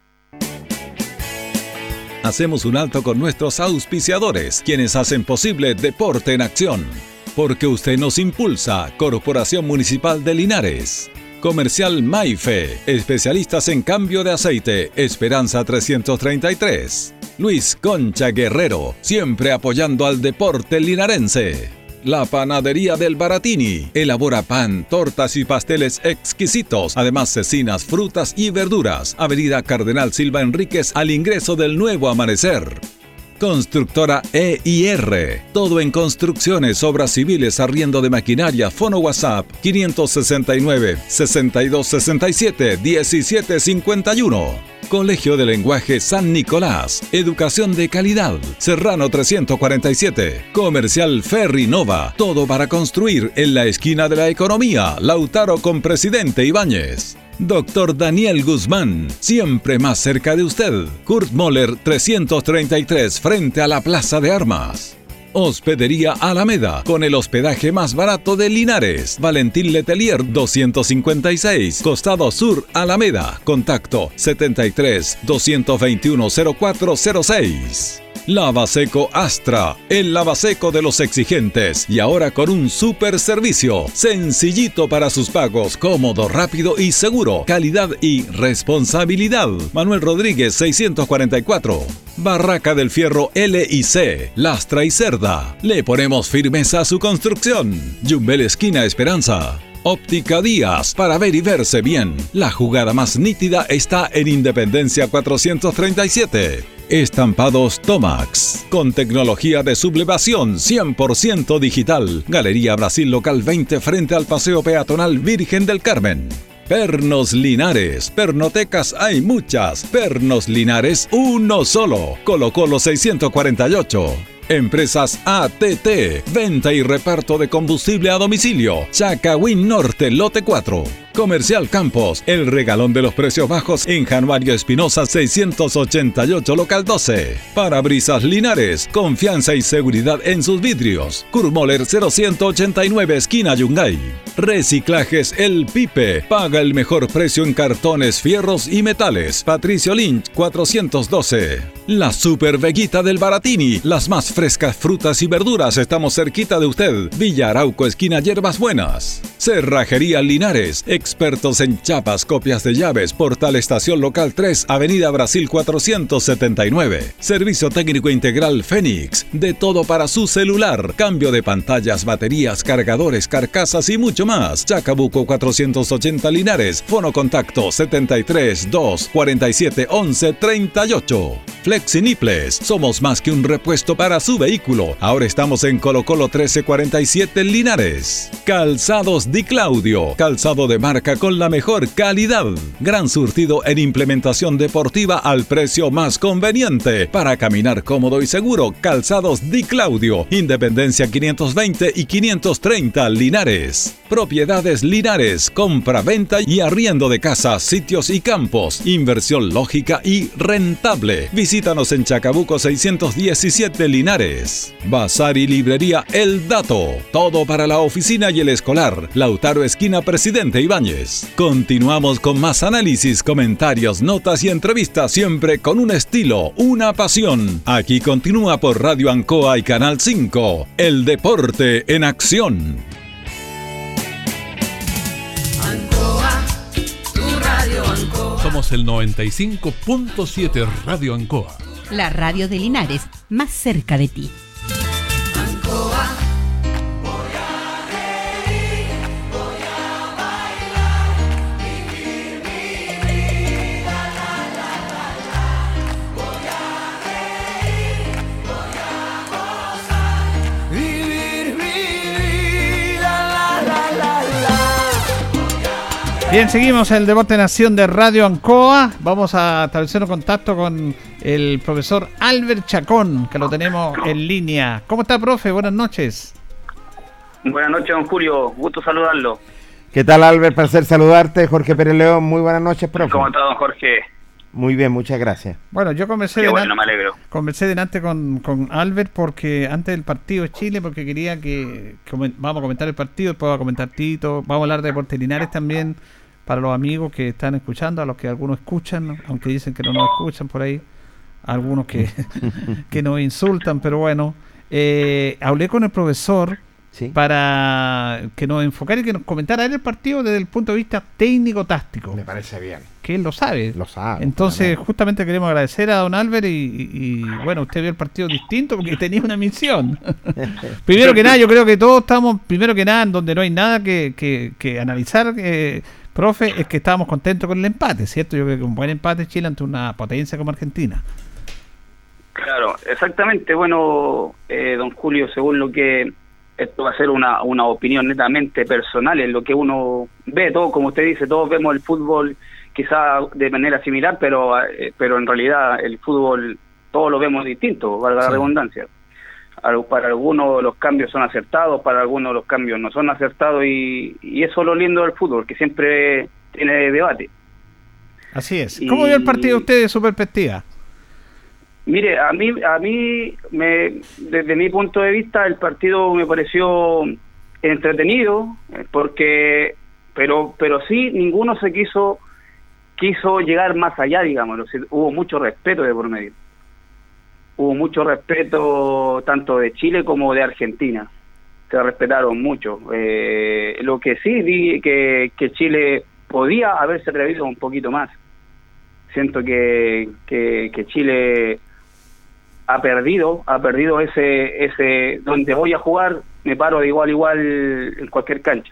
Hacemos un alto con nuestros auspiciadores, quienes hacen posible Deporte en Acción. Porque usted nos impulsa, Corporación Municipal de Linares. Comercial Maife, especialistas en cambio de aceite, Esperanza trescientos treinta y tres. Luis Concha Guerrero, siempre apoyando al deporte linarense. La Panadería del Baratini, elabora pan, tortas y pasteles exquisitos, además cecinas, frutas y verduras. Avenida Cardenal Silva Enríquez, al ingreso del Nuevo Amanecer. Constructora E I R, todo en construcciones, obras civiles, arriendo de maquinaria. Fono WhatsApp quinientos sesenta y nueve, sesenta y dos sesenta y siete, diecisiete cincuenta y uno. Colegio de Lenguaje San Nicolás, educación de calidad. Serrano trescientos cuarenta y siete. Comercial Ferry Nova, todo para construir en la esquina de la economía. Lautaro con Presidente Ibáñez. Doctor Daniel Guzmán, siempre más cerca de usted. Kurt Moller trescientos treinta y tres, frente a la Plaza de Armas. Hospedería Alameda, con el hospedaje más barato de Linares. Valentín Letelier doscientos cincuenta y seis, Costado Sur, Alameda. Contacto setenta y tres, doscientos veintiuno, cero cuatro cero seis. Lavaseco Astra, el lavaseco de los exigentes, y ahora con un super servicio, sencillito para sus pagos, cómodo, rápido y seguro, calidad y responsabilidad. Manuel Rodríguez seiscientos cuarenta y cuatro. Barraca del Fierro L y C, Lastra y Cerda. Le ponemos firmeza a su construcción. Yumbel esquina Esperanza. Óptica Díaz, para ver y verse bien. La jugada más nítida está en Independencia cuatrocientos treinta y siete. Estampados Tomax, con tecnología de sublevación cien por ciento digital. Galería Brasil Local veinte frente al Paseo Peatonal Virgen del Carmen. Pernos Linares, pernotecas hay muchas. Pernos Linares, uno solo. Colo Colo seiscientos cuarenta y ocho. Empresas A T T, venta y reparto de combustible a domicilio. Chacawin Norte, lote cuatro. Comercial Campos, el regalón de los precios bajos en Januario Espinosa seiscientos ochenta y ocho, local doce. Parabrisas Linares, confianza y seguridad en sus vidrios. Kurmoller cero ciento ochenta y nueve, esquina Yungay. Reciclajes El Pipe, paga el mejor precio en cartones, fierros y metales. Patricio Lynch cuatrocientos doce. La Super Veguita del Baratini, las más frescas frutas y verduras, estamos cerquita de usted. Villa Arauco, esquina Hierbas Buenas. Cerrajería Linares, expertos en chapas, copias de llaves. Portal Estación Local tres, Avenida Brasil cuatrocientos setenta y nueve. Servicio técnico integral Fénix, de todo para su celular. Cambio de pantallas, baterías, cargadores, carcasas y mucho más. Chacabuco cuatrocientos ochenta Linares. Fono contacto setenta y tres, dos, cuarenta y siete, once, treinta y ocho. Flexiniples, somos más que un repuesto para su vehículo. Ahora estamos en Colo Colo trece cuarenta y siete Linares. Calzados Di Claudio, calzado de marca con la mejor calidad. Gran surtido en implementación deportiva al precio más conveniente. Para caminar cómodo y seguro, Calzados Di Claudio, Independencia quinientos veinte y quinientos treinta Linares. Propiedades Linares, compra-venta y arriendo de casas, sitios y campos. Inversión lógica y rentable. Visítanos en Chacabuco seiscientos diecisiete Linares. Bazar y librería El Dato. Todo para la oficina y el escolar. Lautaro esquina Presidente Ibáñez. Continuamos con más análisis, comentarios, notas y entrevistas, siempre con un estilo, una pasión. Aquí continúa por Radio Ancoa y Canal cinco. El deporte en acción. Somos el noventa y cinco punto siete Radio Ancoa. La radio de Linares, más cerca de ti. Ancoa, voy a reír, voy a bailar, vivir mi vida, la, la, la, la. Voy a reír, voy a gozar, vivir mi vida, la, la, la, la. Bien, seguimos en el Deporte Nación de Radio Ancoa. Vamos a establecer un contacto con el profesor Albert Chacón, que lo tenemos en línea. ¿Cómo está, profe? Buenas noches. Buenas noches, don Julio. Gusto saludarlo. ¿Qué tal, Albert? Placer saludarte. Jorge Pérez León, muy buenas noches, profe. ¿Cómo está, don Jorge? Muy bien, muchas gracias. Bueno, yo conversé, Qué delante, bueno, me alegro. conversé delante con, con Albert porque antes del partido de Chile, porque quería que, que vamos a comentar el partido, después va a comentar Tito, vamos a hablar de Deportes Linares también, para los amigos que están escuchando, a los que algunos escuchan, aunque dicen que no nos escuchan por ahí, algunos que, que nos insultan, pero bueno, eh, hablé con el profesor, ¿sí?, para que nos enfocara y que nos comentara él el partido desde el punto de vista técnico-táctico. Me parece bien. Que él lo sabe. Lo sabe. Entonces, claramente, justamente queremos agradecer a don Albert y, y, y, bueno, usted vio el partido distinto porque tenía una misión. Primero que nada, yo creo que todos estamos, primero que nada, en donde no hay nada que, que, que analizar, eh, profe, es que estábamos contentos con el empate, ¿cierto? Yo creo que un buen empate Chile ante una potencia como Argentina. Claro, exactamente. Bueno, eh, don Julio, según lo que esto va a ser una, una opinión netamente personal, en lo que uno ve, todo, como usted dice, todos vemos el fútbol quizá de manera similar, pero eh, pero en realidad el fútbol todos lo vemos distinto, valga la redundancia. Para algunos los cambios son acertados, para algunos los cambios no son acertados, y, y eso es lo lindo del fútbol, que siempre tiene debate. Así es. Y... ¿Cómo vio el partido usted de su perspectiva? Mire, a mí, a mí me, desde mi punto de vista, el partido me pareció entretenido, eh, porque, pero, pero sí, ninguno se quiso, quiso llegar más allá, digamos, o sea, hubo mucho respeto de por medio. Hubo mucho respeto tanto de Chile como de Argentina. Se respetaron mucho. Eh, lo que sí vi que, que Chile podía haberse atrevido un poquito más. Siento que, que, que Chile ha perdido, ha perdido ese, ese donde voy a jugar, me paro de igual a igual en cualquier cancha.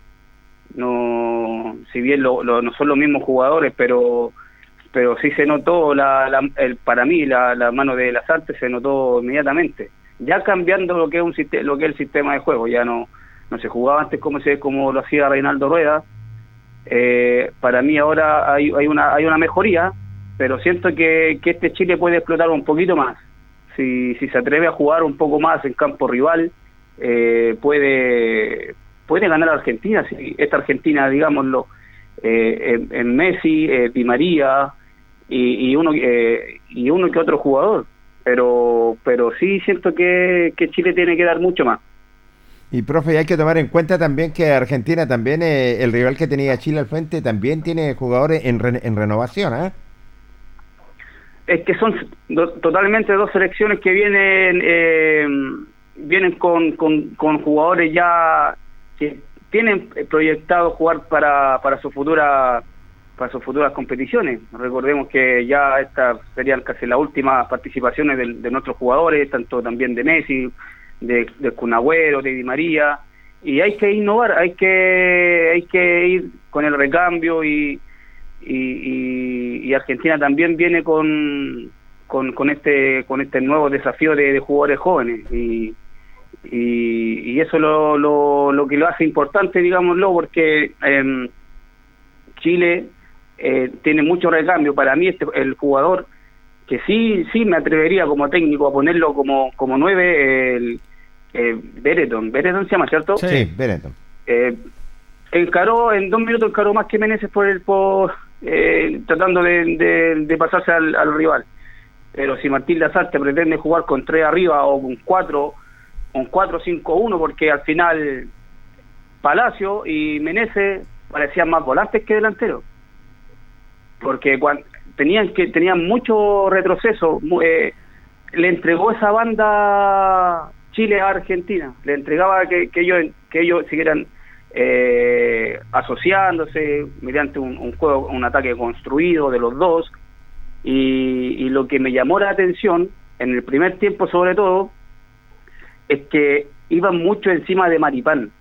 No, si bien lo, lo, no son los mismos jugadores, pero pero sí se notó la, la el, para mí la, la mano de Lasarte se notó inmediatamente, ya cambiando lo que es un lo que es el sistema de juego. Ya no no se jugaba antes como se como lo hacía Reinaldo Rueda. Eh, para mí ahora hay, hay una hay una mejoría, pero siento que, que este Chile puede explotar un poquito más si si se atreve a jugar un poco más en campo rival. eh, puede puede ganar a Argentina, si esta Argentina, digámoslo, eh, en, en Messi, eh, Di María y, y uno eh, y uno que otro jugador, pero pero sí siento que, que Chile tiene que dar mucho más. Y profe, hay que tomar en cuenta también que Argentina también, eh, el rival que tenía Chile al frente, también tiene jugadores en, re, en renovación, ¿eh? Es que son do, totalmente dos selecciones que vienen eh, vienen con, con, con jugadores ya que tienen proyectado jugar para, para su futura para sus futuras competiciones. Recordemos que ya estas serían casi las últimas participaciones de, de nuestros jugadores, tanto también de Messi, de, de Kun Agüero, de Di María, y hay que innovar, hay que hay que ir con el recambio y y, y, y Argentina también viene con, con con este con este nuevo desafío de, de jugadores jóvenes y y, y eso lo, lo lo que lo hace importante, digámoslo, porque eh, Chile eh, tiene mucho recambio. Para mí este el jugador que sí sí me atrevería como técnico a ponerlo como como nueve, el eh, Bereton, Bereton se llama, ¿cierto? Sí, sí, Bereton. Eh, encaró, en dos minutos encaró más que Meneses por el por eh, tratando de, de, de pasarse al, al rival. Pero si Martín Lasarte pretende jugar con tres arriba o con cuatro, con cuatro cinco uno, porque al final Palacio y Meneses parecían más volantes que delanteros, porque cuando tenían que tenían mucho retroceso. Eh, le entregó esa banda Chile a Argentina, le entregaba que, que ellos que ellos siguieran eh, asociándose mediante un, un juego, un ataque construido de los dos. Y, y lo que me llamó la atención en el primer tiempo, sobre todo, es que iban mucho encima de Maripán.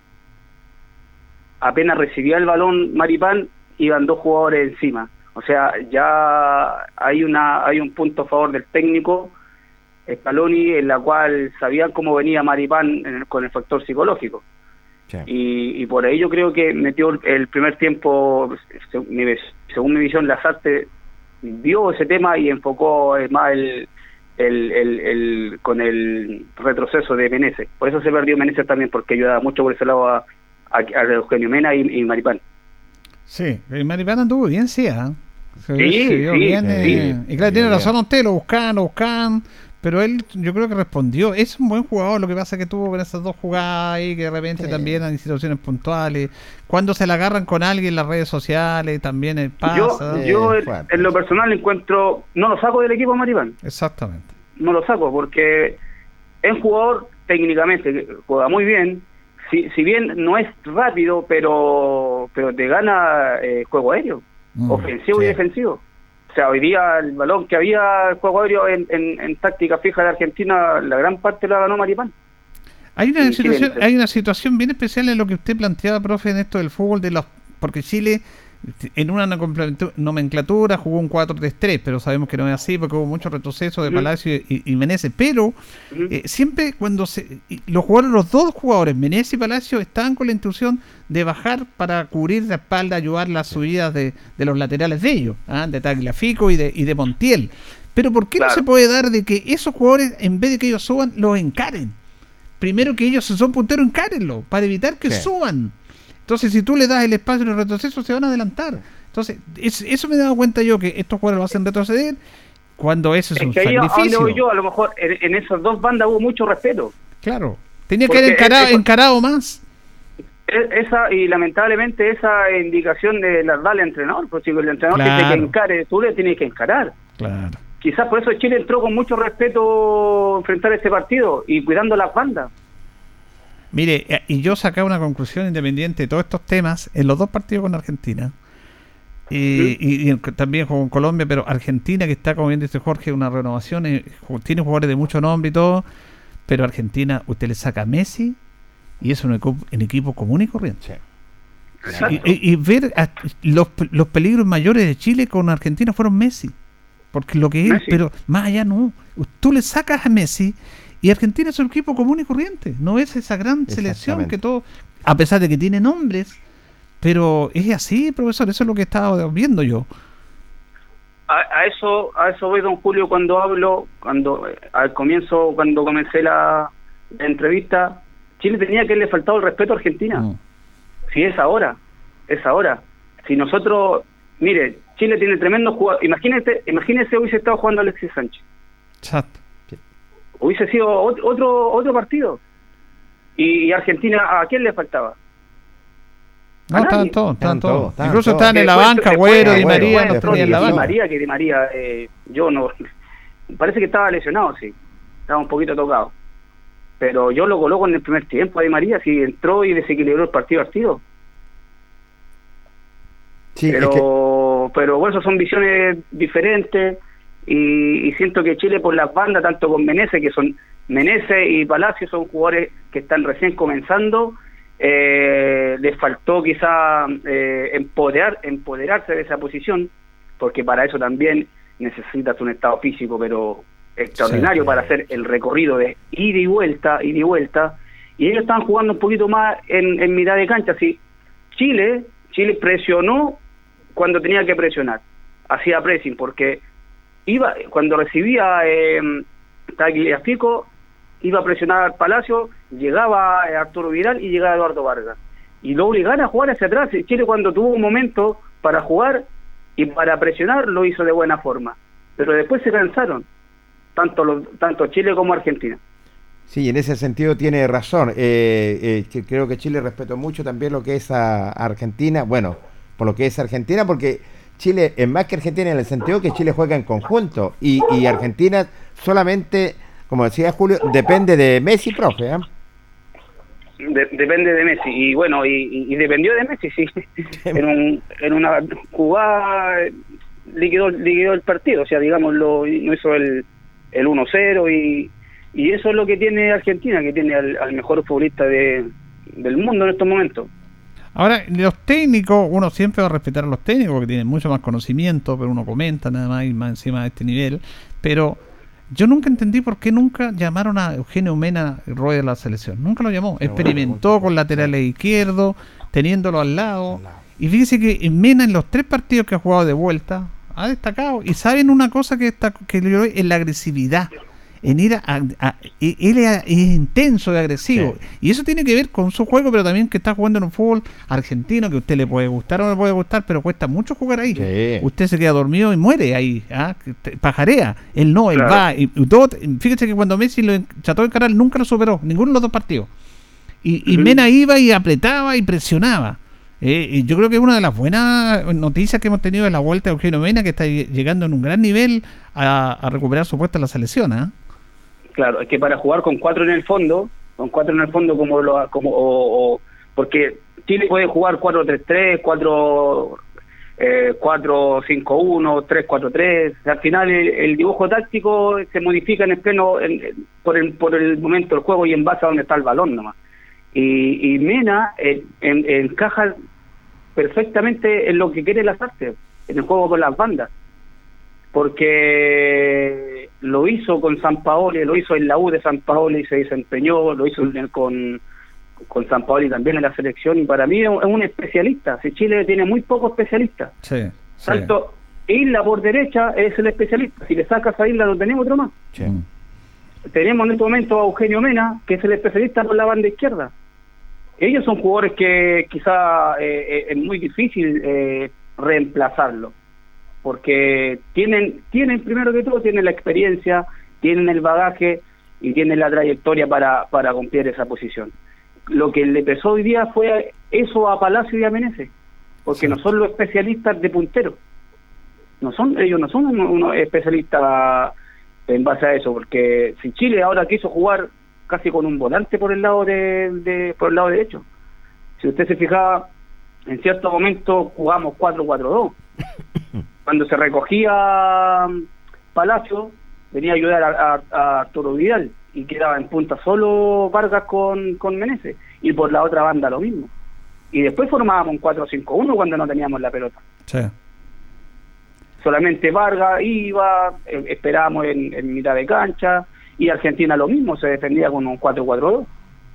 Apenas recibía el balón Maripán, iban dos jugadores encima. O sea, ya hay una hay un punto a favor del técnico Scaloni, en la cual sabían cómo venía Maripán en el, con el factor psicológico. Sí. Y, y por ahí yo creo que metió el primer tiempo, según mi visión, Lasarte vio ese tema y enfocó más el, el, el, el con el retroceso de Meneses. Por eso se perdió Meneses también, porque ayudaba mucho por ese lado a, a, a Eugenio Mena y, y Maripán. Sí, el Maripán anduvo bien, sí, ¿eh? Se, sí, se vio sí, bien. Sí, eh, y claro, sí, tiene razón usted, lo buscan, lo buscan, pero él yo creo que respondió. Es un buen jugador, lo que pasa es que tuvo con esas dos jugadas ahí, que de repente sí. También en situaciones puntuales, cuando se la agarran con alguien en las redes sociales, también eh, pasa. Yo, yo eh, en, en lo personal encuentro, no lo saco del equipo Maripán. Exactamente. No lo saco, porque es un jugador técnicamente, juega muy bien. Si, si bien no es rápido, pero pero te gana eh, juego aéreo, mm, ofensivo sí. y defensivo. O sea, hoy día el balón que había el juego aéreo en, en, en táctica fija de Argentina, la gran parte la ganó Maripán. Hay una situación, hay una situación bien especial en lo que usted planteaba, profe, en esto del fútbol, de los porque Chile en una nomenclatura jugó un cuatro tres tres, pero sabemos que no es así porque hubo mucho retroceso de uh-huh. Palacio y, y Meneses, pero uh-huh. eh, siempre cuando se los jugadores, los dos jugadores, Meneses y Palacio, estaban con la instrucción de bajar para cubrir la espalda, ayudar las subidas de, de los laterales de ellos, ¿ah? De Tagliafico y de, y de Montiel. Pero ¿por qué claro. no se puede dar de que esos jugadores, en vez de que ellos suban, los encaren? Primero que ellos, si son punteros, encárenlo, para evitar que sí. suban. Entonces, si tú le das el espacio en el retroceso, se van a adelantar. Entonces, es, eso me he dado cuenta yo, que estos jugadores lo hacen retroceder. cuando eso es, Es un que ahí a donde sacrificio. voy yo, a lo mejor en, en esas dos bandas hubo mucho respeto. Claro. Tenía que Porque haber encarado, es- es- encarado más. E- Esa, y lamentablemente esa indicación de la darle al entrenador, pues si el entrenador Claro. tiene que encare, tú le tienes que encarar. Claro. Quizás por eso Chile entró con mucho respeto a enfrentar este partido y cuidando las bandas. Mire, eh, y yo sacaba una conclusión independiente de todos estos temas en los dos partidos con Argentina. Y, y- y en- también con Colombia, pero Argentina, que está, como bien dice Jorge, una renovación, eh, ju- tiene jugadores de mucho nombre y todo, pero Argentina, usted le saca a Messi y es un equipo, un equipo común y corriente. Exacto. Y, y- y ver a- los, pe- los peligros mayores de Chile con Argentina fueron Messi. Porque lo que es, Messi. pero más allá no. Tú le sacas a Messi y Argentina es un equipo común y corriente. No es esa gran selección que todo, a pesar de que tiene nombres, pero es así, profesor. Eso es lo que estaba viendo yo. A, a eso a eso voy, don Julio, cuando hablo, cuando eh, al comienzo, cuando comencé la, la entrevista, Chile tenía que le faltado el respeto a Argentina. Mm. Si es ahora, es ahora. Si nosotros, mire, Chile tiene tremendos jugadores. Imagínese, imagínese hubiese estado jugando Alexis Sánchez. Exacto. Hubiese sido ot- otro otro partido. Y, y Argentina, ¿a quién le faltaba? No, A estaban nadie. todos, estaban Estaban todos. todos, estaban Incluso todos. estaban en la Después- banca, después- Agüero, Di Agüero, María, Agüero, los tenía en la Di banca. María, que Di María, eh, yo no, parece que estaba lesionado, sí, estaba un poquito tocado, pero yo lo coloco en el primer tiempo a Di María, si entró y desequilibró el partido al tiro, Sí, es que- pero, pero bueno, esas son visiones diferentes, y, y siento que Chile por las bandas, tanto con Menezes, que son Menezes y Palacio, son jugadores que están recién comenzando, eh, les faltó quizá eh, empoderar, empoderarse de esa posición, porque para eso también necesitas un estado físico, pero extraordinario, Sí. para hacer el recorrido de ida y vuelta, ida y vuelta, y ellos estaban jugando un poquito más en, en mitad de cancha. Sí, Chile, Chile presionó cuando tenía que presionar, hacía pressing, porque iba cuando recibía eh, Tagliafico, iba a presionar al Palacio, llegaba eh, Arturo Vidal y llegaba Eduardo Vargas, y lo obligaron a jugar hacia atrás. Y Chile, cuando tuvo un momento para jugar y para presionar, lo hizo de buena forma, pero después se cansaron, tanto los, tanto Chile como Argentina. Sí, en ese sentido tiene razón. Eh, eh, que creo que Chile respetó mucho también lo que es a Argentina. Bueno, por lo que es Argentina, porque Chile es más que Argentina en el sentido que Chile juega en conjunto. Y, y Argentina solamente, como decía Julio, depende de Messi, profe. ¿eh? De- depende de Messi, y bueno, y, y- y dependió de Messi, sí. en, un, en una jugada eh, liquidó, liquidó el partido, o sea, digámoslo, no hizo el, el uno cero, y, y eso es lo que tiene Argentina, que tiene al, al mejor futbolista de, del mundo en estos momentos. Ahora, los técnicos, uno siempre va a respetar a los técnicos que tienen mucho más conocimiento, pero uno comenta nada más y más encima de este nivel. Pero yo nunca entendí por qué nunca llamaron a Eugenio Mena Roy de la selección. Nunca lo llamó. Experimentó con laterales izquierdos, teniéndolo al lado. Y fíjese que Mena en los tres partidos que ha jugado de vuelta ha destacado. Y saben una cosa que está que yo en la agresividad. En ir a, a- a- e- él es, es intenso y agresivo, Sí. y eso tiene que ver con su juego, pero también que está jugando en un fútbol argentino que a usted le puede gustar o no le puede gustar, pero cuesta mucho jugar ahí. Sí. Usted se queda dormido y muere ahí, ¿ah? Que te- pajarea. Él no, él Claro. va y, y todo. Fíjese que cuando Messi lo en- trató de encarar nunca lo superó, ninguno de los dos partidos. Y, y Ujú. Mena iba y apretaba y presionaba. Eh, y yo creo que una de las buenas noticias que hemos tenido es la vuelta de Eugenio Mena, que está ll- llegando en un gran nivel a, a recuperar su puesto en la selección. ¿ah? Claro, es que para jugar con cuatro en el fondo, con cuatro en el fondo como lo como o, o- porque Chile puede jugar cuatro tres tres, cuatro eh, cuatro cinco uno, tres cuatro tres, al final el, el dibujo táctico se modifica en el pleno en- en- por el por el momento del juego y en base a donde está el balón nomás. Y, y Mena eh, en- encaja perfectamente en lo que quiere las artes, en el juego con las bandas, porque lo hizo con San Paoli, lo hizo en la U de San Paoli, se desempeñó, lo hizo en- con, con San Paoli también en la selección, y para mí es un, es un especialista. Si Chile tiene muy pocos especialistas, Sí, sí. tanto Isla por derecha es el especialista, si le sacas a Isla no tenemos otro más. Sí. Mm. Tenemos en este momento a Eugenio Mena, que es el especialista por la banda izquierda. Ellos son jugadores que quizá eh, eh, es muy difícil eh, reemplazarlo. porque tienen, tienen primero que todo, tienen la experiencia, tienen el bagaje y tienen la trayectoria para, para cumplir esa posición. Lo que le pesó hoy día fue eso a Palacio y a Meneses, porque sí. no son los especialistas de puntero, no son ellos no son unos, unos especialistas en base a eso, porque si Chile ahora quiso jugar casi con un volante por el lado de, de por el lado derecho, si usted se fijaba, en cierto momento jugamos cuatro cuatro dos. Cuando se recogía Palacio, venía a ayudar a, a, a Arturo Vidal y quedaba en punta solo Vargas con, con Meneses, y por la otra banda lo mismo. Y después formábamos un cuatro cinco uno cuando no teníamos la pelota. Sí. Solamente Vargas iba, eh, esperábamos en, en mitad de cancha, y Argentina lo mismo, se defendía con un cuatro cuatro dos.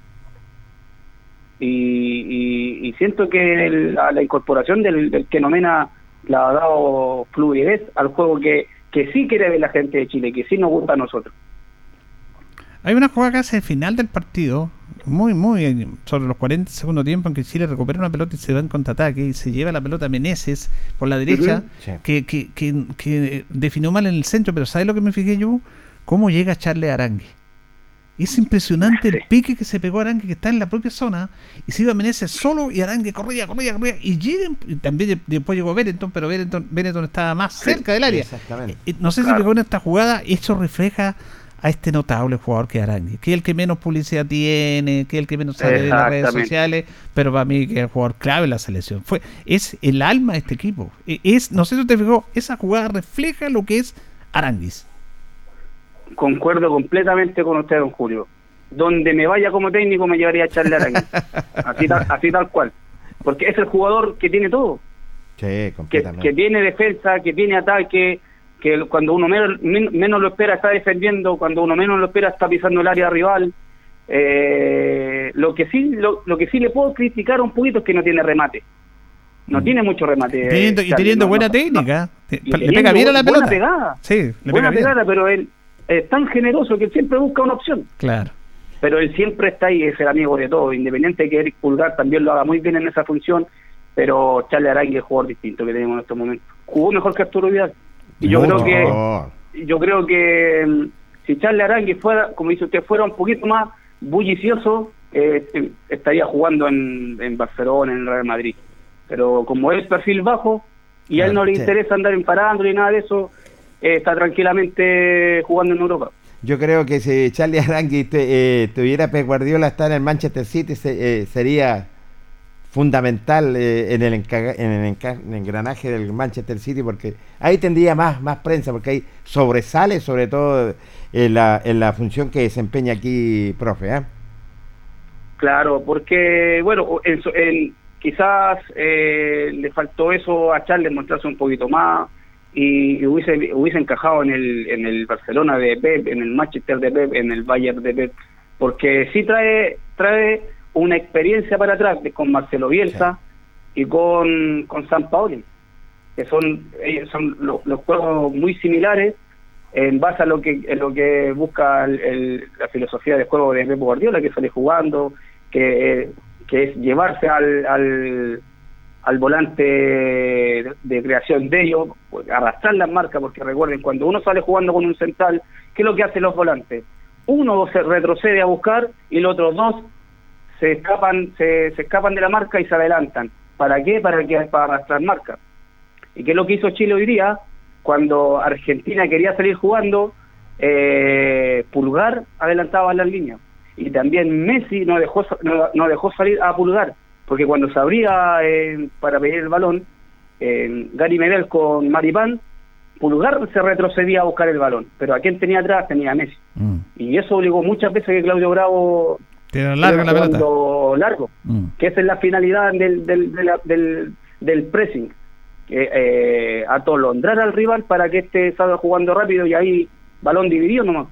Y, y, y siento que el, la, la incorporación del, del Kenomena le ha dado fluidez al juego que, que sí quiere ver la gente de Chile, que sí nos gusta a nosotros. Hay una jugada que hace el final del partido, muy, muy sobre los cuarenta segundos tiempo, en que Chile recupera una pelota y se va en contraataque y se lleva la pelota a Meneses por la derecha, uh-huh. sí. que, que, que, que definió mal en el centro, pero ¿sabes lo que me fijé yo? ¿Cómo llega Charles Arangue? Es impresionante el pique que se pegó a Arangue, que está en la propia zona, y se iba a Meneses solo, y Arangue corría, corría, corría, y llega, y también después llegó Benetton, pero Benetton, Benetton estaba más cerca del área. Exactamente. Eh, no sé claro. si pegó en esta jugada, y eso refleja a este notable jugador que es Arangue, que es el que menos publicidad tiene, que es el que menos sale de las redes sociales, pero para mí que es el jugador clave en la selección. Fue, es el alma de este equipo. Es, no sé si te fijó, esa jugada refleja lo que es Aranguis. Concuerdo completamente con usted, don Julio. Donde me vaya como técnico me llevaría a echarle Aranguis. así, tal, así tal cual. Porque es el jugador que tiene todo. Sí, completamente. Que, que tiene defensa, que tiene ataque, que cuando uno menos, menos lo espera está defendiendo, cuando uno menos lo espera está pisando el área rival. Eh, lo que sí lo, lo que sí le puedo criticar un poquito es que no tiene remate. No mm. tiene mucho remate. Teniendo, y teniendo no, buena no, técnica. No, le teniendo pega bien a la pelota. Buena pegada. Sí, le buena pega pegada, bien. Pero él es tan generoso que él siempre busca una opción. Claro. Pero él siempre está ahí, es el amigo de todo, independiente de que Eric Pulgar también lo haga muy bien en esa función, pero Charles Arangue es el jugador distinto que tenemos en estos momentos. Jugó mejor que Arturo Vidal. Y yo Mucho. creo que yo creo que si Charles Arangue fuera, como dice usted, fuera un poquito más bullicioso, eh, estaría jugando en, en Barcelona, en el Real Madrid. Pero como es perfil bajo y a él no le interesa andar emparando ni nada de eso, eh, está tranquilamente jugando en Europa. Yo creo que si Charlie Arangue eh, tuviera Pep Guardiola estar en el Manchester City, se, eh, sería fundamental eh, en, el enca- en el enca- en el engranaje del Manchester City, porque ahí tendría más, más prensa, porque ahí sobresale sobre todo en la, en la función que desempeña aquí, profe. ¿eh? Claro, porque bueno, en, en, quizás eh, le faltó eso a Charles, mostrarse un poquito más, y, y hubiese hubiese encajado en el en el Barcelona de Pep, en el Manchester de Pep, en el Bayern de Pep, porque sí trae trae una experiencia para atrás con Marcelo Bielsa sí. y con con Sampaoli, que son ellos son los, los juegos muy similares en base a lo que en lo que busca el, el, la filosofía de juego de Pep Guardiola, que sale jugando, que que es llevarse al al al volante de, de creación de ellos, pues, arrastrar las marcas, porque recuerden, cuando uno sale jugando con un central, ¿qué es lo que hacen los volantes? Uno se retrocede a buscar y los otros dos se escapan se, se escapan de la marca y se adelantan. ¿Para qué? Para que para arrastrar marcas. ¿Y qué es lo que hizo Chile hoy día? Cuando Argentina quería salir jugando, eh, Pulgar adelantaba las líneas. Y también Messi no dejó no, no dejó salir a Pulgar, porque cuando se abría eh, para pedir el balón, eh, Gary Medel con Maripán, Pulgar se retrocedía a buscar el balón, pero a quien tenía atrás tenía a Messi. Mm. Y eso obligó muchas veces que Claudio Bravo tiene larga la pelota. largo, mm. que esa es la finalidad del del, del, del, del pressing, que, eh, atolondrar al rival para que este salga jugando rápido y ahí balón dividido nomás.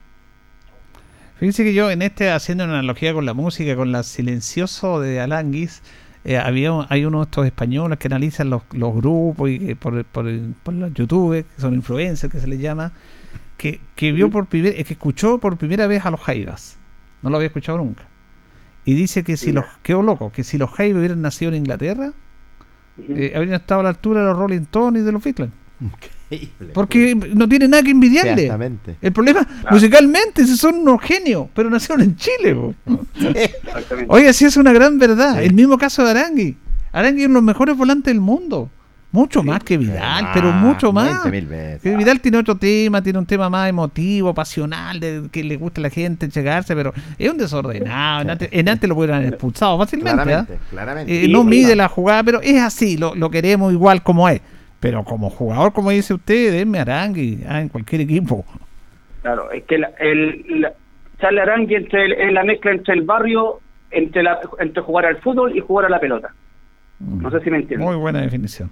Fíjense que yo en este, haciendo una analogía con la música, con la Silencioso de Aranguis, eh, había hay uno de estos españoles que analizan los, los grupos y que por, por, por los youtubers, que son influencers, que se les llama, que, que vio por primer, que escuchó por primera vez a los Jaivas, no lo había escuchado nunca, y dice que si los, quedó loco, que si los Jaivas hubieran nacido en Inglaterra, eh, habrían estado a la altura de los Rolling Stones y de los Beatles. Porque no tiene nada que envidiarle. Exactamente. El problema, Claro. musicalmente, si son unos genios, pero nacieron en Chile. Po. Exactamente. Oye, sí es una gran verdad. Sí. El mismo caso de Arangui. Arangui es uno de los mejores volantes del mundo. Mucho más que Vidal, pero mucho más. veinte mil veces. Que Vidal tiene otro tema, tiene un tema más emotivo, pasional, de que le gusta a la gente llegarse, pero es un desordenado. En antes, en antes lo hubieran expulsado fácilmente. Claramente, ¿ah? claramente. Eh, Sí, no pues, mide iba. la jugada, pero es así, lo, lo queremos igual como es. Pero como jugador, como dice usted, denme Arangui ah, en cualquier equipo. Claro, es que la, el, la, Charles Arangui entre el- es la mezcla entre el barrio, entre la, entre jugar al fútbol y jugar a la pelota. No sé si me entienden. Muy buena definición.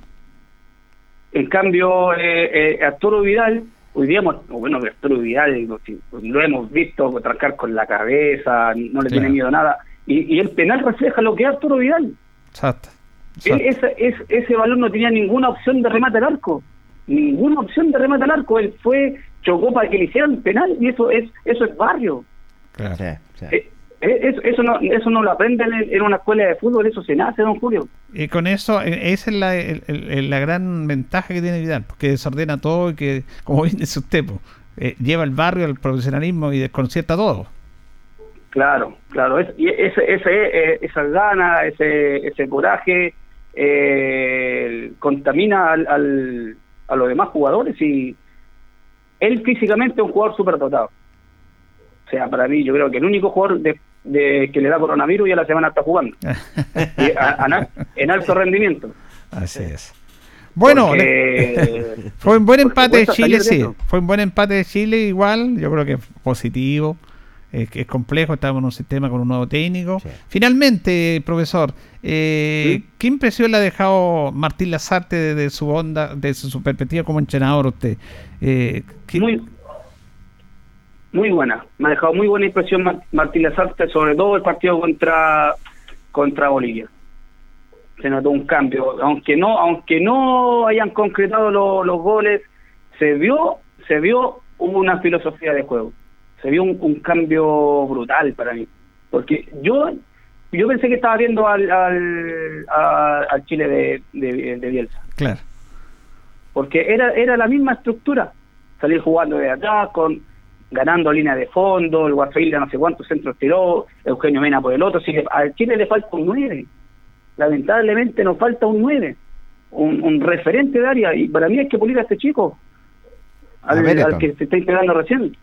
En cambio, eh, eh, Arturo Vidal, hoy día, hemos- bueno, Arturo Vidal lo, lo hemos visto trancar con la cabeza, no le Claro. tiene miedo a nada, y, y el penal refleja lo que es Arturo Vidal. Exacto. Él, exacto. ese, es- ese balón no tenía ninguna opción de remate al arco, ninguna opción de remate al arco, él fue, chocó para que le hicieran penal, y eso es eso es barrio. Claro. Sí, sí. Eh, eh, eso, eso no eso no lo aprenden en, en una escuela de fútbol, eso se nace, don Julio. Y con eso, eh, esa es la, el- el- la gran ventaja que tiene Vidal, porque desordena todo y que, como bien dice usted, po, eh, lleva el barrio al profesionalismo y desconcierta todo. Claro, claro, es, y ese, ese, eh, esa gana, ese, ese coraje eh, contamina al, al- a los demás jugadores, y él físicamente es un jugador súper dotado. O sea, para mí, yo creo que el único jugador de, de que le da coronavirus ya la semana está jugando. Y a- a- en alto rendimiento. Así es. Bueno, Porque- le- fue un buen porque empate de cuesta Chile, salir de sí. eso. Fue un buen empate de Chile igual, yo creo que positivo. Es, que es complejo, estamos en un sistema con un nuevo técnico. Sí. Finalmente, profesor, eh, ¿Sí? ¿qué impresión le ha dejado Martín Lazarte desde su onda, desde su perspectiva como entrenador usted? Eh, ¿qué- Muy, muy buena. Me ha dejado muy buena impresión Mar- Martín Lazarte, sobre todo el partido contra contra Bolivia. Se notó un cambio, aunque no aunque no hayan concretado lo- los goles, se vio se vio una filosofía de juego, se vio un, un cambio brutal para mí, porque yo yo pensé que estaba viendo al al, a- al Chile de, de, de Bielsa, Claro. porque era era la misma estructura, salir jugando de atrás, con ganando línea de fondo, el Guafaila no sé cuántos centros tiró, Eugenio Mena por el otro, así que al Chile le falta un nueve, lamentablemente nos falta un nueve, un, un referente de área, y para mí hay que pulir a este chico, A al, Benetton. al que se está integrando recién.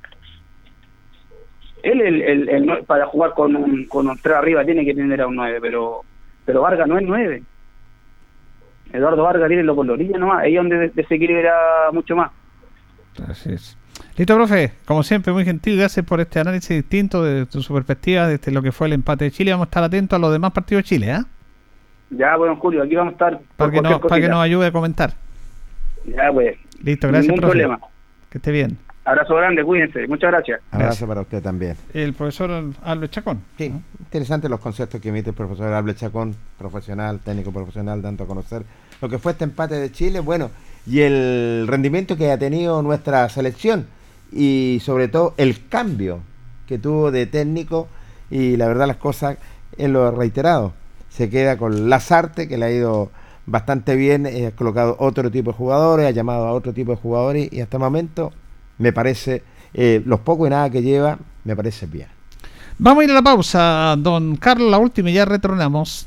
Él el, el, el nue- para jugar con un, con un tres arriba tiene que tener a un nueve, pero pero Vargas no es nueve. Eduardo Vargas tiene lo por la orilla nomás, ahí es donde des- desequilibra mucho más. Así es. Listo, profe. Como siempre, muy gentil. Gracias por este análisis distinto de, de su perspectiva de este, lo que fue el empate de Chile. Vamos a estar atentos a los demás partidos de Chile, ¿ah? Ya, bueno, Julio, aquí vamos a estar por Para que, cualquier nos, para que cosita. nos ayude a comentar. Ya, pues. Listo, gracias, Ningún profe. problema. Que esté bien. Abrazo grande, cuídense. Muchas gracias. Abrazo Gracias. para usted también. El profesor Albert Chacón. Sí, interesantes los conceptos que emite el profesor Albert Chacón, profesional, técnico profesional, dando a conocer lo que fue este empate de Chile, bueno, y el rendimiento que ha tenido nuestra selección, y sobre todo el cambio que tuvo de técnico, y la verdad las cosas, él lo ha reiterado, se queda con Lazarte, que le ha ido bastante bien, eh, ha colocado otro tipo de jugadores, ha llamado a otro tipo de jugadores, y hasta el momento me parece, eh, los pocos y nada que lleva, me parece bien. Vamos a ir a la pausa, don Carlos, la última y ya retornamos.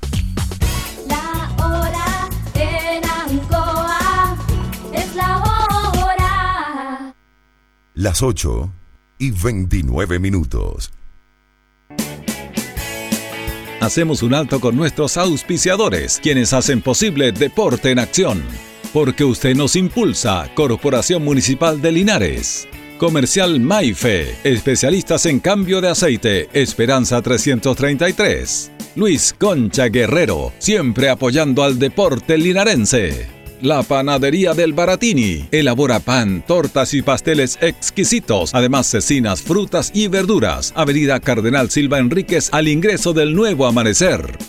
La hora en Ancoa es la hora. Las ocho y veintinueve minutos. Hacemos un alto con nuestros auspiciadores, quienes hacen posible Deporte en Acción. Porque usted nos impulsa, Corporación Municipal de Linares. Comercial Maife, especialistas en cambio de aceite, Esperanza trescientos treinta y tres. Luis Concha Guerrero, siempre apoyando al deporte linarense. La Panadería del Baratini, elabora pan, tortas y pasteles exquisitos, además cecinas, frutas y verduras. Avenida Cardenal Silva Enríquez al ingreso del Nuevo Amanecer.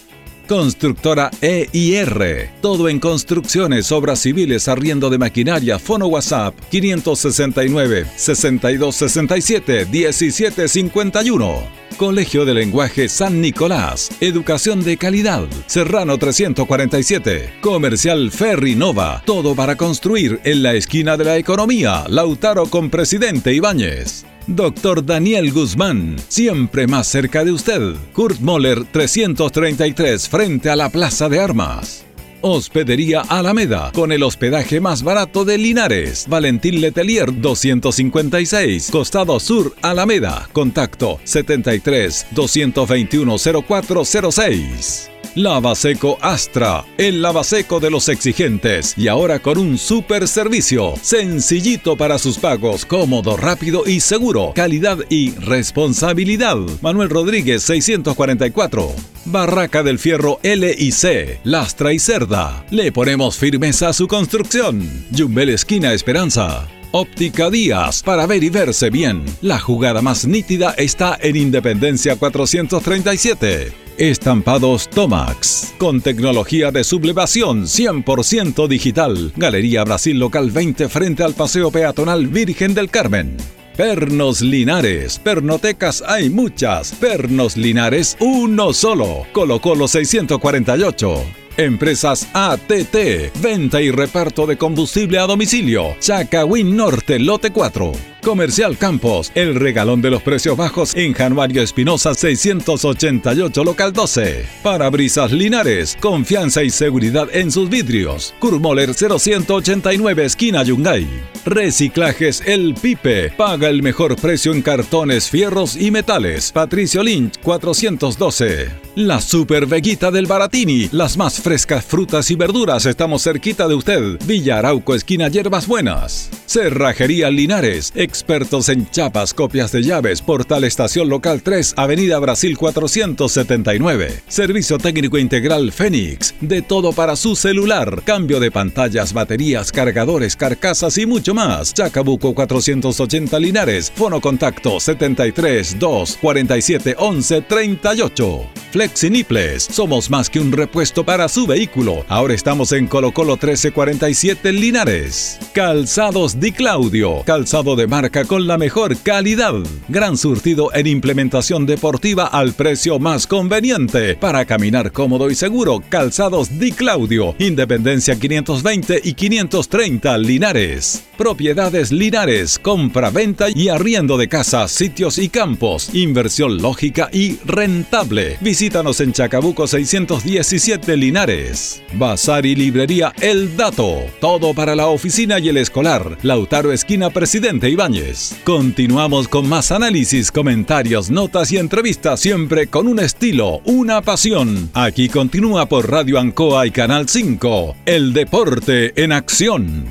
Constructora E I R. Todo en construcciones, obras civiles, arriendo de maquinaria. Fono WhatsApp quinientos sesenta y nueve, sesenta y dos sesenta y siete, diecisiete cincuenta y uno. Colegio de Lenguaje San Nicolás. Educación de calidad. Serrano trescientos cuarenta y siete. Comercial Ferry Nova. Todo para construir en la esquina de la economía. Lautaro con Presidente Ibáñez. Doctor Daniel Guzmán, siempre más cerca de usted. Kurt Moller trescientos treinta y tres, frente a la Plaza de Armas. Hospedería Alameda, con el hospedaje más barato de Linares. Valentín Letelier doscientos cincuenta y seis, Costado Sur, Alameda. Contacto setenta y tres, doscientos veintiuno, cero cuatro cero seis. Lavaseco Astra, el lavaseco de los exigentes, y ahora con un super servicio, sencillito para sus pagos, cómodo, rápido y seguro, calidad y responsabilidad. Manuel Rodríguez seiscientos cuarenta y cuatro. Barraca del Fierro L y C, lastra y cerda. Le ponemos firmeza a su construcción. Yumbel esquina Esperanza. Óptica Díaz, para ver y verse bien. La jugada más nítida está en Independencia cuatrocientos treinta y siete. Estampados Tomax, con tecnología de sublevación cien por ciento digital. Galería Brasil Local veinte, frente al Paseo Peatonal Virgen del Carmen. Pernos Linares, pernotecas hay muchas. Pernos Linares, uno solo. Colo Colo seiscientos cuarenta y ocho. Empresas A T T, venta y reparto de combustible a domicilio. Chacawin Norte, lote cuatro. Comercial Campos, el regalón de los precios bajos en Januario Espinosa seiscientos ochenta y ocho, local doce. Parabrisas Linares, confianza y seguridad en sus vidrios. Kurmoller cero ciento ochenta y nueve, esquina Yungay. Reciclajes El Pipe, paga el mejor precio en cartones, fierros y metales. Patricio Lynch cuatrocientos doce. La Super Veguita del Baratini, las más frescas frutas y verduras, estamos cerquita de usted. Villa Arauco, esquina Hierbas Buenas. Cerrajería Linares, expertos en chapas, copias de llaves. Portal Estación Local tres, Avenida Brasil cuatrocientos setenta y nueve. Servicio técnico integral Fénix, de todo para su celular. Cambio de pantallas, baterías, cargadores, carcasas y mucho más. Chacabuco cuatrocientos ochenta Linares. Fono contacto setenta y tres, dos, cuarenta y siete, once, treinta y ocho. Flexiniples, somos más que un repuesto para su vehículo. Ahora estamos en Colo Colo trece cuarenta y siete Linares. Calzados Di Claudio, calzado de marca con la mejor calidad. Gran surtido en implementación deportiva al precio más conveniente. Para caminar cómodo y seguro, Calzados Di Claudio, Independencia quinientos veinte y quinientos treinta Linares. Propiedades Linares, compra, venta y arriendo de casas, sitios y campos. Inversión lógica y rentable. Visítanos en Chacabuco seiscientos diecisiete Linares. Bazar y librería El Dato. Todo para la oficina y el escolar. Lautaro esquina Presidente Ibáñez. Continuamos con más análisis, comentarios, notas y entrevistas, siempre con un estilo, una pasión. Aquí continúa por Radio Ancoa y Canal cinco. El deporte en acción.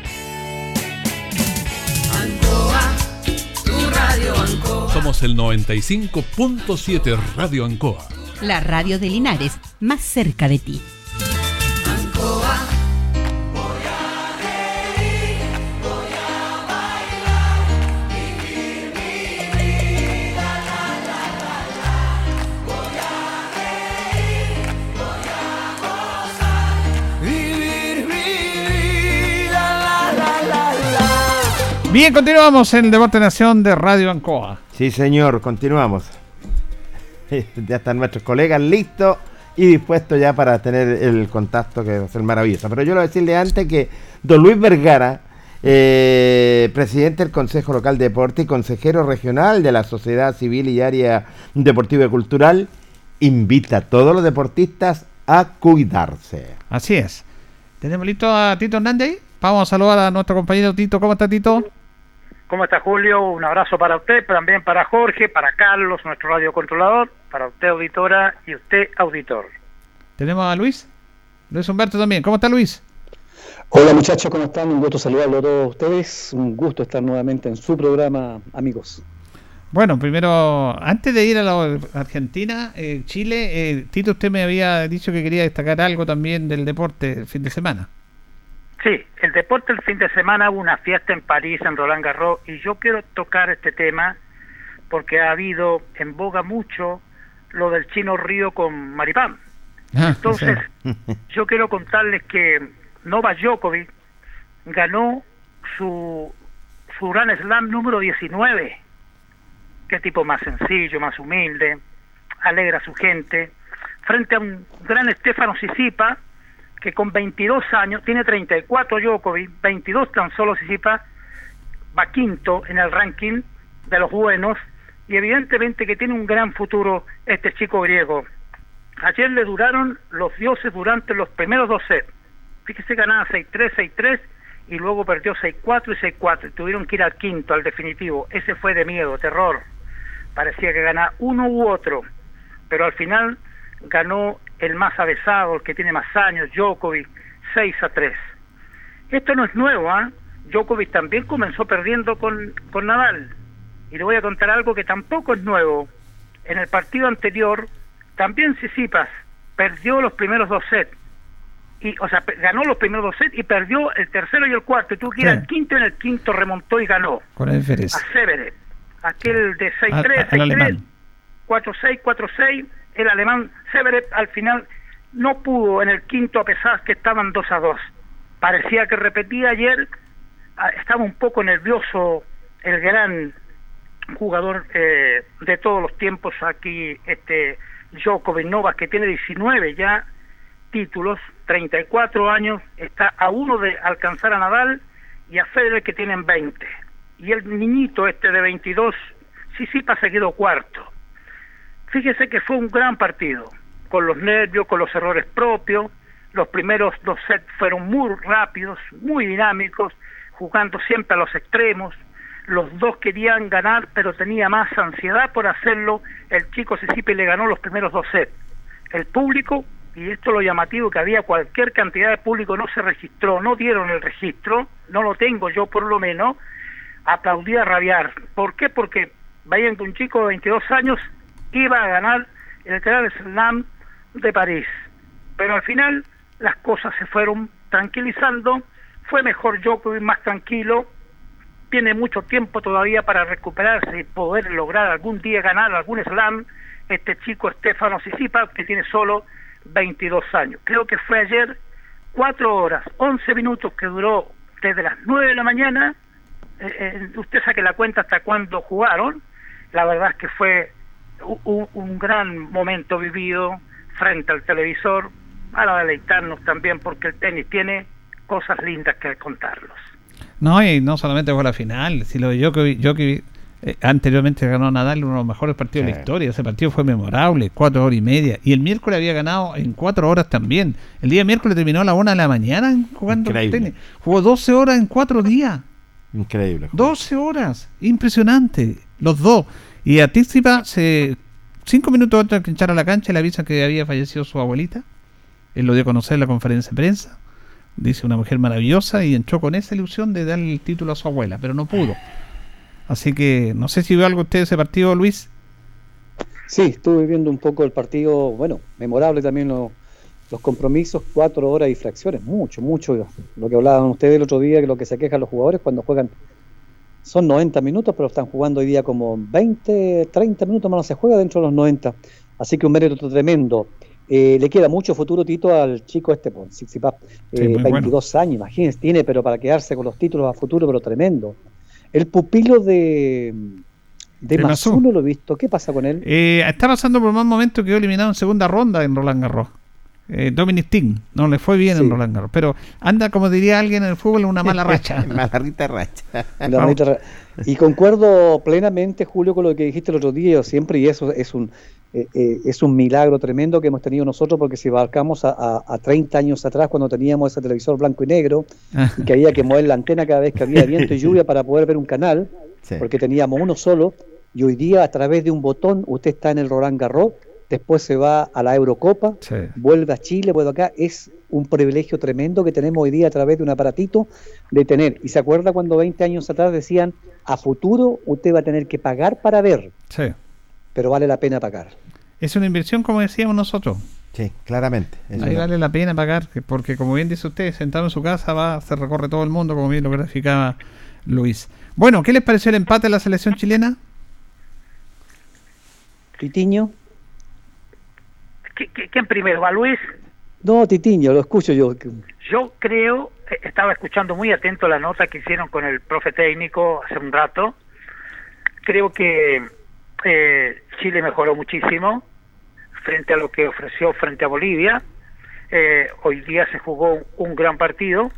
Ancoa, tu radio Ancoa. Somos el noventa y cinco punto siete Radio Ancoa. La radio de Linares, más cerca de ti. Ancoa. Voy a reír, voy a bailar, vivir mi vida, la, la, la, la. Voy a reír, voy a gozar, vivir mi vida, la, la, la, la. Bien, continuamos en el Deporte Nación de Radio Ancoa. Sí, señor, continuamos. Ya están nuestros colegas listos y dispuestos ya para tener el contacto que va a ser maravilloso. Pero yo le voy a decirle antes que don Luis Vergara, eh, presidente del Consejo Local de Deporte y consejero regional de la Sociedad Civil y Área Deportiva y Cultural, invita a todos los deportistas a cuidarse. Así es. ¿Tenemos listo a Tito Hernández? Vamos a saludar a nuestro compañero Tito. ¿Cómo está, Tito? ¿Cómo está, Julio? Un abrazo para usted, pero también para Jorge, para Carlos, nuestro radiocontrolador, para usted, auditora, y usted, auditor. ¿Tenemos a Luis? Luis Humberto también. ¿Cómo está, Luis? Hola, muchachos, ¿cómo están? Un gusto saludarlo a todos ustedes. Un gusto estar nuevamente en su programa, amigos. Bueno, primero, antes de ir a la Argentina, eh, Chile, eh, Tito, usted me había dicho que quería destacar algo también del deporte el fin de semana. Sí, el deporte el fin de semana hubo una fiesta en París, en Roland Garros, y yo quiero tocar este tema porque ha habido en boga mucho lo del Chino Río con Maripán. Ah, Entonces, sí. yo quiero contarles que Novak Djokovic ganó su, su Grand Slam número diecinueve. Qué tipo más sencillo, más humilde, alegra a su gente, frente a un gran Stefano Tsitsipas, que con veintidós años, tiene treinta y cuatro Djokovic, veintidós tan solo Tsitsipas, va quinto en el ranking de los buenos, y evidentemente que tiene un gran futuro este chico griego. Ayer le duraron los dioses durante los primeros dos sets. Fíjese, ganaba seis tres, seis tres, y luego perdió seis cuatro y seis cuatro, y tuvieron que ir al quinto, al definitivo. Ese fue de miedo, terror. Parecía que ganaba uno u otro, pero al final ganó el más avesado, el que tiene más años, Djokovic, seis a tres. Esto no es nuevo, ¿ah? ¿eh? Djokovic también comenzó perdiendo con, con Nadal. Y le voy a contar algo que tampoco es nuevo. En el partido anterior, también Tsitsipas perdió los primeros dos sets. Y, o sea, ganó los primeros dos sets y perdió el tercero y el cuarto. Y tuvo que ir Sí. al quinto, en el quinto remontó y ganó. Con la diferencia. A Zverev, aquel de seis Al- tres, al seis tres, alemán. cuatro seis, cuatro seis, el alemán Zverev al final no pudo en el quinto, a pesar que estaban dos a dos. Parecía que repetía ayer, ah, estaba un poco nervioso el gran jugador eh, de todos los tiempos aquí, este Djokovic, Novak, que tiene diecinueve ya títulos, treinta y cuatro años, está a uno de alcanzar a Nadal y a Federer, que tienen veinte. Y el niñito este de veintidós, Tsitsipas, se quedó cuarto. Fíjese que fue un gran partido, con los nervios, con los errores propios. Los primeros dos sets fueron muy rápidos, muy dinámicos, jugando siempre a los extremos. Los dos querían ganar, pero tenía más ansiedad por hacerlo. El chico Tsitsipas le ganó los primeros dos sets. El público, y esto es lo llamativo, que había cualquier cantidad de público, no se registró, no dieron el registro, no lo tengo yo por lo menos, aplaudía a rabiar. ¿Por qué? Porque veían que un chico de veintidós años iba a ganar el Grand Slam de París. Pero al final las cosas se fueron tranquilizando, fue mejor Djokovic, más tranquilo, tiene mucho tiempo todavía para recuperarse y poder lograr algún día ganar algún slam, este chico Stefano Tsitsipas, que tiene solo veintidós años. Creo que fue ayer cuatro horas, once minutos que duró desde las nueve de la mañana, eh, eh, usted saque la cuenta hasta cuándo jugaron. La verdad es que fue un, un gran momento vivido frente al televisor, para deleitarnos también, porque el tenis tiene cosas lindas que contarlos. No, y no solamente fue la final, si lo de Djokovic, Djokovic eh, anteriormente ganó Nadal, uno de los mejores partidos Sí. de la historia. Ese partido fue memorable, cuatro horas y media, y el miércoles había ganado en cuatro horas también. El día miércoles terminó a la una de la mañana jugando Increíble. tenis, jugó doce horas en cuatro días. Increíble. doce horas, impresionante, los dos. Y a Tsitsipas, se cinco minutos antes de que echara a la cancha, le avisan que había fallecido su abuelita. Él lo dio a conocer en la conferencia de prensa. Dice, una mujer maravillosa, y entró con esa ilusión de darle el título a su abuela, pero no pudo. Así que no sé si vio algo usted de ese partido, Luis. Sí, estuve viendo un poco el partido, bueno, memorable también lo- los compromisos, cuatro horas y fracciones, mucho, mucho. Lo que hablaban ustedes el otro día, que lo que se quejan los jugadores cuando juegan son noventa minutos, pero están jugando hoy día como veinte, treinta minutos más, no se juega dentro de los noventa. Así que un mérito tremendo. Eh, le queda mucho futuro, Tito, al chico este, pues, Tsitsipas, Sí, eh, muy veintidós años, imagínense, tiene, pero para quedarse con los títulos a futuro, pero tremendo. El pupilo de, de De Mazú. Mazú no lo he visto, ¿qué pasa con él? Eh, está pasando por mal momento, quedó eliminado en segunda ronda en Roland Garros. Eh, Dominic Thiem, no le fue bien Sí. en Roland Garros, pero anda, como diría alguien en el fútbol, en una mala racha. Malarrita racha. La bonita ra- y concuerdo plenamente, Julio, con lo que dijiste el otro día, yo siempre, y eso es un eh, eh, es un milagro tremendo que hemos tenido nosotros, porque si abarcamos a, a, a treinta años atrás, cuando teníamos ese televisor blanco y negro, y que había que mover la antena cada vez que había viento y lluvia para poder ver un canal, Sí. porque teníamos uno solo, y hoy día a través de un botón usted está en el Roland Garros, después se va a la Eurocopa, Sí. vuelve a Chile, vuelve acá. Es un privilegio tremendo que tenemos hoy día a través de un aparatito de tener. Y se acuerda cuando veinte años atrás decían, a futuro usted va a tener que pagar para ver, Sí. pero vale la pena pagar. Es una inversión, como decíamos nosotros. Sí, claramente. Es Ahí una- vale la pena pagar, que- porque como bien dice usted, sentado en su casa va, se recorre todo el mundo, como bien lo graficaba Luis. Bueno, ¿qué les pareció el empate de la selección chilena? Titiño, ¿Qué, ¿quién primero? ¿Va Luis? No, Titiño, lo escucho yo. Yo creo, estaba escuchando muy atento la nota que hicieron con el profe técnico hace un rato. Creo que eh, Chile mejoró muchísimo frente a lo que ofreció frente a Bolivia. Eh, hoy día se jugó un gran partido.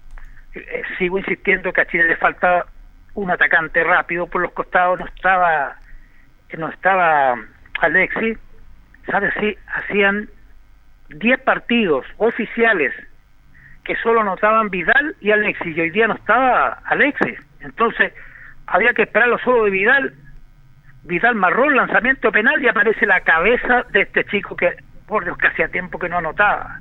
Eh, sigo insistiendo que a Chile le falta un atacante rápido por los costados. No estaba, no estaba Alexis. ¿Sabes? Sí, hacían diez partidos oficiales que solo anotaban Vidal y Alexis, y hoy día no estaba Alexis. Entonces había que esperarlo solo de Vidal. Vidal marró el lanzamiento penal y aparece la cabeza de este chico que, por Dios, que hacía tiempo que no anotaba.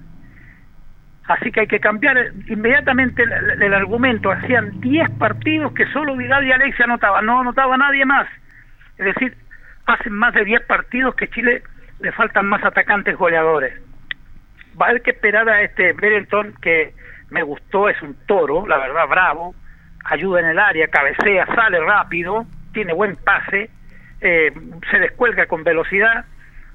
Así que hay que cambiar inmediatamente el, el, el argumento. Hacían diez partidos que solo Vidal y Alexis anotaban, no anotaba nadie más. Es decir, hacen más de diez partidos que Chile le faltan más atacantes goleadores. Va a haber que esperar a este Brereton, que me gustó, es un toro, la verdad, bravo, ayuda en el área, cabecea, sale rápido, tiene buen pase, eh, se descuelga con velocidad.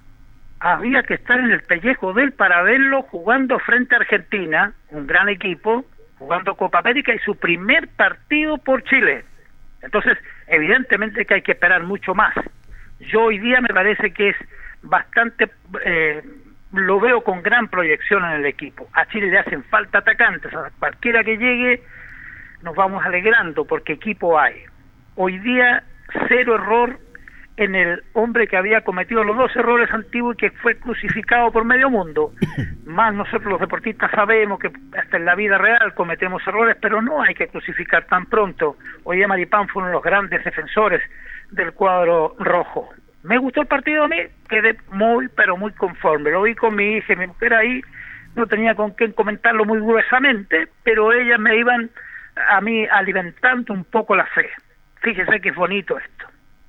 Había que estar en el pellejo de él para verlo jugando frente a Argentina, un gran equipo, jugando Copa América y su primer partido por Chile. Entonces, evidentemente que hay que esperar mucho más. Yo hoy día me parece que es bastante... Eh, lo veo con gran proyección en el equipo. A Chile le hacen falta atacantes, a cualquiera que llegue nos vamos alegrando porque equipo hay. Hoy día cero error en el hombre que había cometido los dos errores antiguos y que fue crucificado por medio mundo. Más nosotros los deportistas sabemos que hasta en la vida real cometemos errores, pero no hay que crucificar tan pronto. Hoy día Maripán fue uno de los grandes defensores del cuadro rojo. Me gustó el partido a mí, quedé muy, pero muy conforme. Lo vi con mi hija y mi mujer ahí, no tenía con quién comentarlo muy gruesamente, pero ellas me iban a mí alimentando un poco la fe. Fíjese que es bonito esto.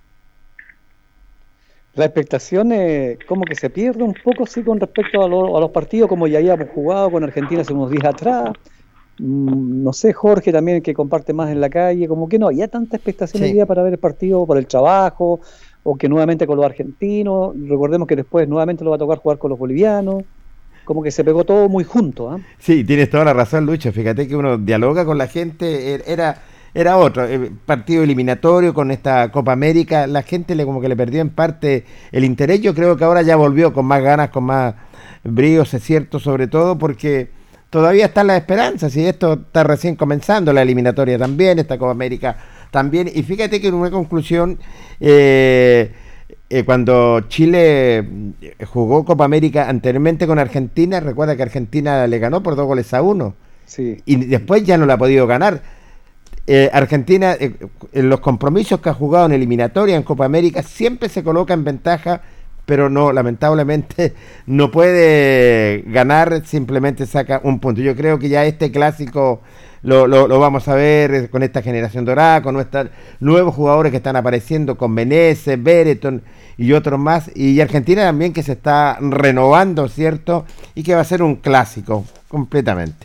La expectación eh, como que se pierde un poco, sí, con respecto a, lo, a los partidos como ya habíamos jugado con Argentina hace unos días atrás. Mm, no sé, Jorge también, que comparte más en la calle, como que no había tanta expectación hoy día para ver el partido por el trabajo, o que nuevamente con los argentinos, recordemos que después nuevamente lo va a tocar jugar con los bolivianos, como que se pegó todo muy junto. ¿eh? Sí, tienes toda la razón, Lucho, fíjate que uno dialoga con la gente, era era otro, el partido eliminatorio con esta Copa América, la gente le como que le perdió en parte el interés. Yo creo que ahora ya volvió con más ganas, con más bríos, es cierto, sobre todo porque todavía están las esperanzas, y esto está recién comenzando, la eliminatoria también, esta Copa América también, y fíjate que en una conclusión, eh, eh, cuando Chile jugó Copa América anteriormente con Argentina, recuerda que Argentina le ganó por dos goles a uno, sí. Y después ya no la ha podido ganar. Eh, Argentina, eh, en los compromisos que ha jugado en eliminatoria, en Copa América, siempre se coloca en ventaja, pero no, lamentablemente no puede ganar, simplemente saca un punto. Yo creo que ya este clásico lo, lo, lo vamos a ver con esta generación dorada, con nuestros nuevos jugadores que están apareciendo, con Meneses, Brereton y otros más, y Argentina también, que se está renovando, ¿cierto? Y que va a ser un clásico completamente.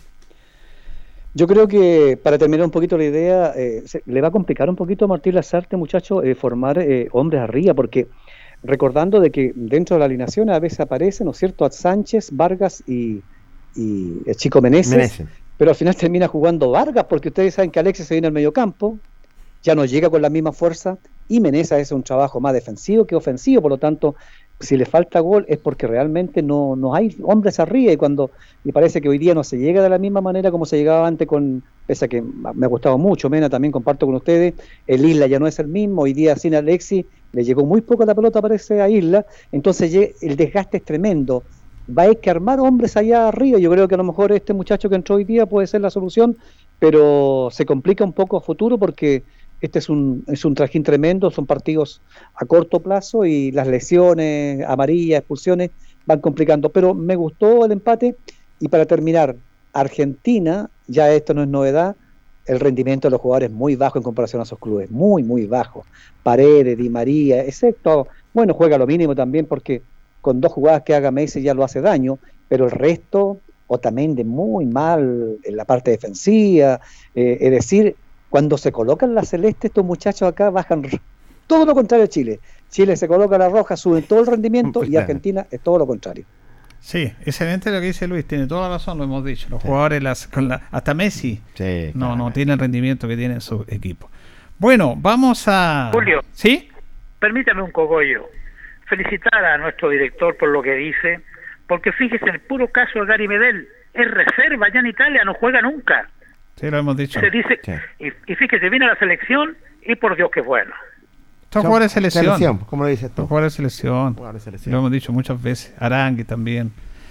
Yo creo que, para terminar un poquito la idea, eh, se, le va a complicar un poquito a Martín Lazarte, muchachos, eh, formar eh, hombres arriba, porque recordando de que dentro de la alineación a veces aparecen, ¿no es cierto?, a Sánchez, Vargas y, y el chico Meneses, Meneses, pero al final termina jugando Vargas, porque ustedes saben que Alexis se viene al mediocampo, ya no llega con la misma fuerza, y Meneses hace un trabajo más defensivo que ofensivo, por lo tanto, si le falta gol es porque realmente no, no hay hombres arriba, y cuando me parece que hoy día no se llega de la misma manera como se llegaba antes, con pese a que me ha gustado mucho, Mena, también comparto con ustedes, el Isla ya no es el mismo, hoy día sin Alexis le llegó muy poco la pelota, parece, a Isla, entonces el desgaste es tremendo, va a haber que armar hombres allá arriba. Yo creo que a lo mejor este muchacho que entró hoy día puede ser la solución, pero se complica un poco a futuro porque este es un, es un trajín tremendo, son partidos a corto plazo y las lesiones, amarillas, expulsiones van complicando, pero me gustó el empate. Y para terminar, Argentina, ya esto no es novedad, el rendimiento de los jugadores es muy bajo en comparación a esos clubes, muy, muy bajo. Paredes, Di María, excepto, bueno, juega lo mínimo también porque con dos jugadas que haga Messi ya lo hace daño, pero el resto, Otamendi muy mal en la parte defensiva, eh, es decir, cuando se colocan la celeste, estos muchachos acá bajan todo lo contrario a Chile. Chile se coloca la roja, sube todo el rendimiento y Argentina es todo lo contrario. Sí, excelente lo que dice Luis, tiene toda la razón, lo hemos dicho. Los sí. jugadores, las, con la, hasta Messi, sí, no, claro. no tienen el rendimiento que tienen su equipo. Bueno, vamos a... Julio, ¿sí? Permítame un cogollo. Felicitar a nuestro director por lo que dice, porque fíjese, en el puro caso de Gary Medel, es reserva ya en Italia, no juega nunca. Sí, lo hemos dicho. Se dice, sí. y, y fíjese, viene a la selección y por Dios que bueno. Son jugadores de selección. selección, como lo dices tú. Son jugadores de selección. Jugadores de selección. Lo hemos dicho muchas veces. Arangui también.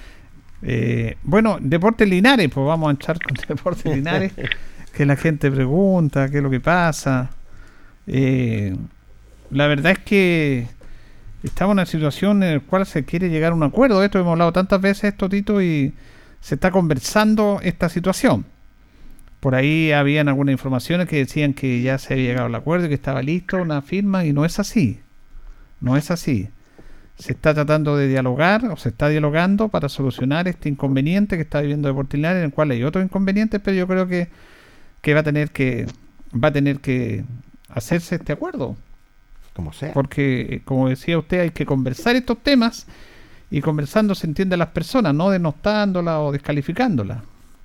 Eh, bueno, Deportes Linares, pues vamos a entrar con Deportes Linares, que la gente pregunta qué es lo que pasa. Eh, la verdad es que estamos en una situación en la cual se quiere llegar a un acuerdo. De esto hemos hablado tantas veces, esto, Tito, y se está conversando esta situación. Por ahí habían algunas informaciones que decían que ya se había llegado al acuerdo y que estaba listo una firma, y no es así. No es así. Se está tratando de dialogar, o se está dialogando para solucionar este inconveniente que está viviendo Deportes Linares, en el cual hay otros inconvenientes, pero yo creo que, que va a tener que va a tener que hacerse este acuerdo. Como sea. Porque, como decía usted, hay que conversar estos temas, y conversando se entiende a las personas, no denostándolas o descalificándolas.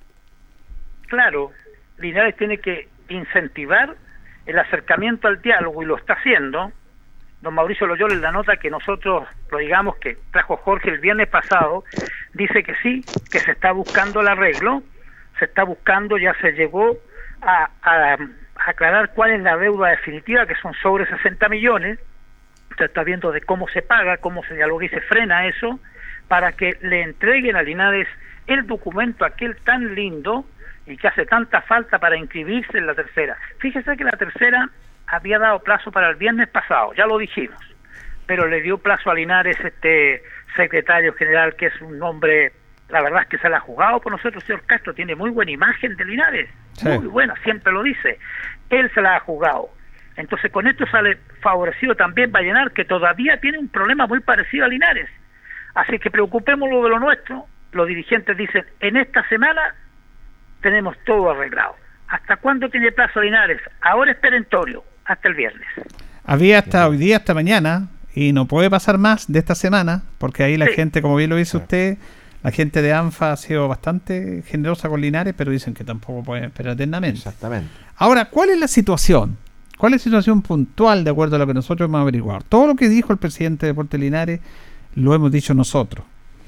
Claro, Linares tiene que incentivar el acercamiento al diálogo, y lo está haciendo. Don Mauricio Loyola, en la nota que nosotros lo digamos que trajo Jorge el viernes pasado, dice que sí, que se está buscando el arreglo, se está buscando, ya se llegó a, a, a aclarar cuál es la deuda definitiva, que son sobre sesenta millones, se está viendo de cómo se paga, cómo se dialoga y se frena eso, para que le entreguen a Linares el documento aquel tan lindo y que hace tanta falta para inscribirse en la tercera. Fíjese que la tercera había dado plazo para el viernes pasado, ya lo dijimos, pero le dio plazo a Linares este secretario general, que es un hombre, la verdad es que se la ha jugado por nosotros. Señor Castro tiene muy buena imagen de Linares, sí. muy buena, siempre lo dice, él se la ha jugado. Entonces con esto sale favorecido también Vallenar, que todavía tiene un problema muy parecido a Linares. Así que preocupémonos de lo nuestro. Los dirigentes dicen, en esta semana tenemos todo arreglado. ¿Hasta cuándo tiene plazo Linares? Ahora es perentorio, hasta el viernes. Había hasta hoy día, hasta mañana, y no puede pasar más de esta semana, porque ahí la sí. gente, como bien lo dice usted, la gente de ANFA ha sido bastante generosa con Linares, pero dicen que tampoco pueden esperar eternamente. Exactamente. Ahora, ¿cuál es la situación? ¿Cuál es la situación puntual de acuerdo a lo que nosotros hemos averiguado? Todo lo que dijo el presidente de Deportes Linares lo hemos dicho nosotros.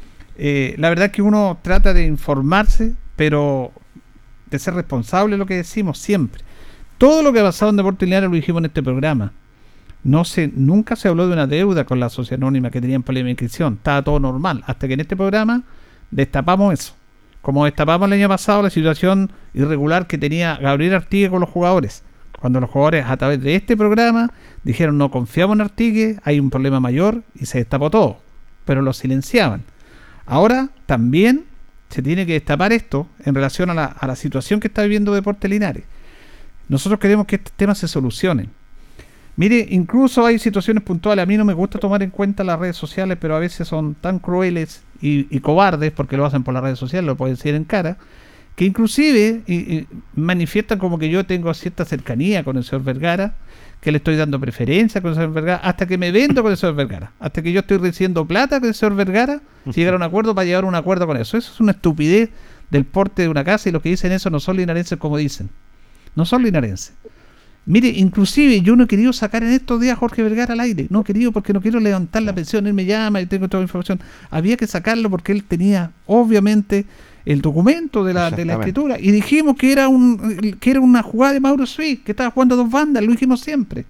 Eh, la verdad es que uno trata de informarse, pero de ser responsable de lo que decimos siempre. Todo lo que ha pasado en Deportes Linares lo dijimos en este programa. No se, nunca se habló de una deuda con la sociedad anónima que tenían problema de inscripción. Estaba todo normal. Hasta que en este programa destapamos eso. Como destapamos el año pasado la situación irregular que tenía Gabriel Artigue con los jugadores. Cuando los jugadores, a través de este programa, dijeron no confiamos en Artigue, hay un problema mayor, y se destapó todo. Pero lo silenciaban. Ahora también se tiene que destapar esto en relación a la, a la situación que está viviendo Deportes Linares. Nosotros queremos que estos temas se solucionen. Mire, incluso hay situaciones puntuales. A mí no me gusta tomar en cuenta las redes sociales, pero a veces son tan crueles y, y cobardes, porque lo hacen por las redes sociales, lo pueden decir en cara, que inclusive y, y manifiestan como que yo tengo cierta cercanía con el señor Vergara, que le estoy dando preferencia con el señor Vergara, hasta que me vendo con el señor Vergara, hasta que yo estoy recibiendo plata con el señor Vergara, si llegar a un acuerdo para llegar a un acuerdo con eso. Eso es una estupidez del porte de una casa, y los que dicen eso no son linarenses como dicen. No son linarenses. Mire, inclusive yo no he querido sacar en estos días a Jorge Vergara al aire. No he querido porque no quiero levantar la pensión. Él me llama y tengo toda la información. Había que sacarlo porque él tenía, obviamente, el documento de la, de la escritura. Y dijimos que era un que era una jugada de Mauro Sweet, que estaba jugando dos bandas. Lo dijimos siempre.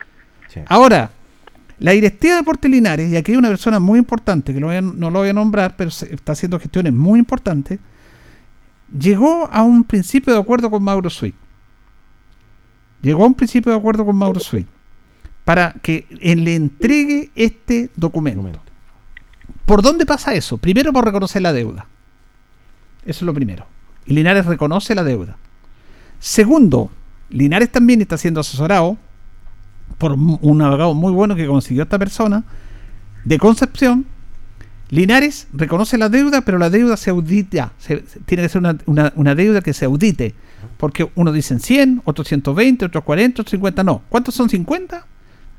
Sí. Ahora, la directiva de Deportes Linares, y aquí hay una persona muy importante, que lo voy a, no lo voy a nombrar, pero se, está haciendo gestiones muy importantes, llegó a un principio de acuerdo con Mauro Sweet. Llegó a un principio de acuerdo con Mauro Sweet para que él le entregue este documento. ¿Por dónde pasa eso? Primero, por reconocer la deuda. Eso es lo primero. Y Linares reconoce la deuda. Segundo, Linares también está siendo asesorado por un abogado muy bueno que consiguió esta persona de Concepción. Linares reconoce la deuda, pero la deuda se audita. Se, tiene que ser una, una, una deuda que se audite. Porque unos dicen cien, otros ciento veinte, otros cuarenta, otros cincuenta. No. ¿Cuántos son cincuenta?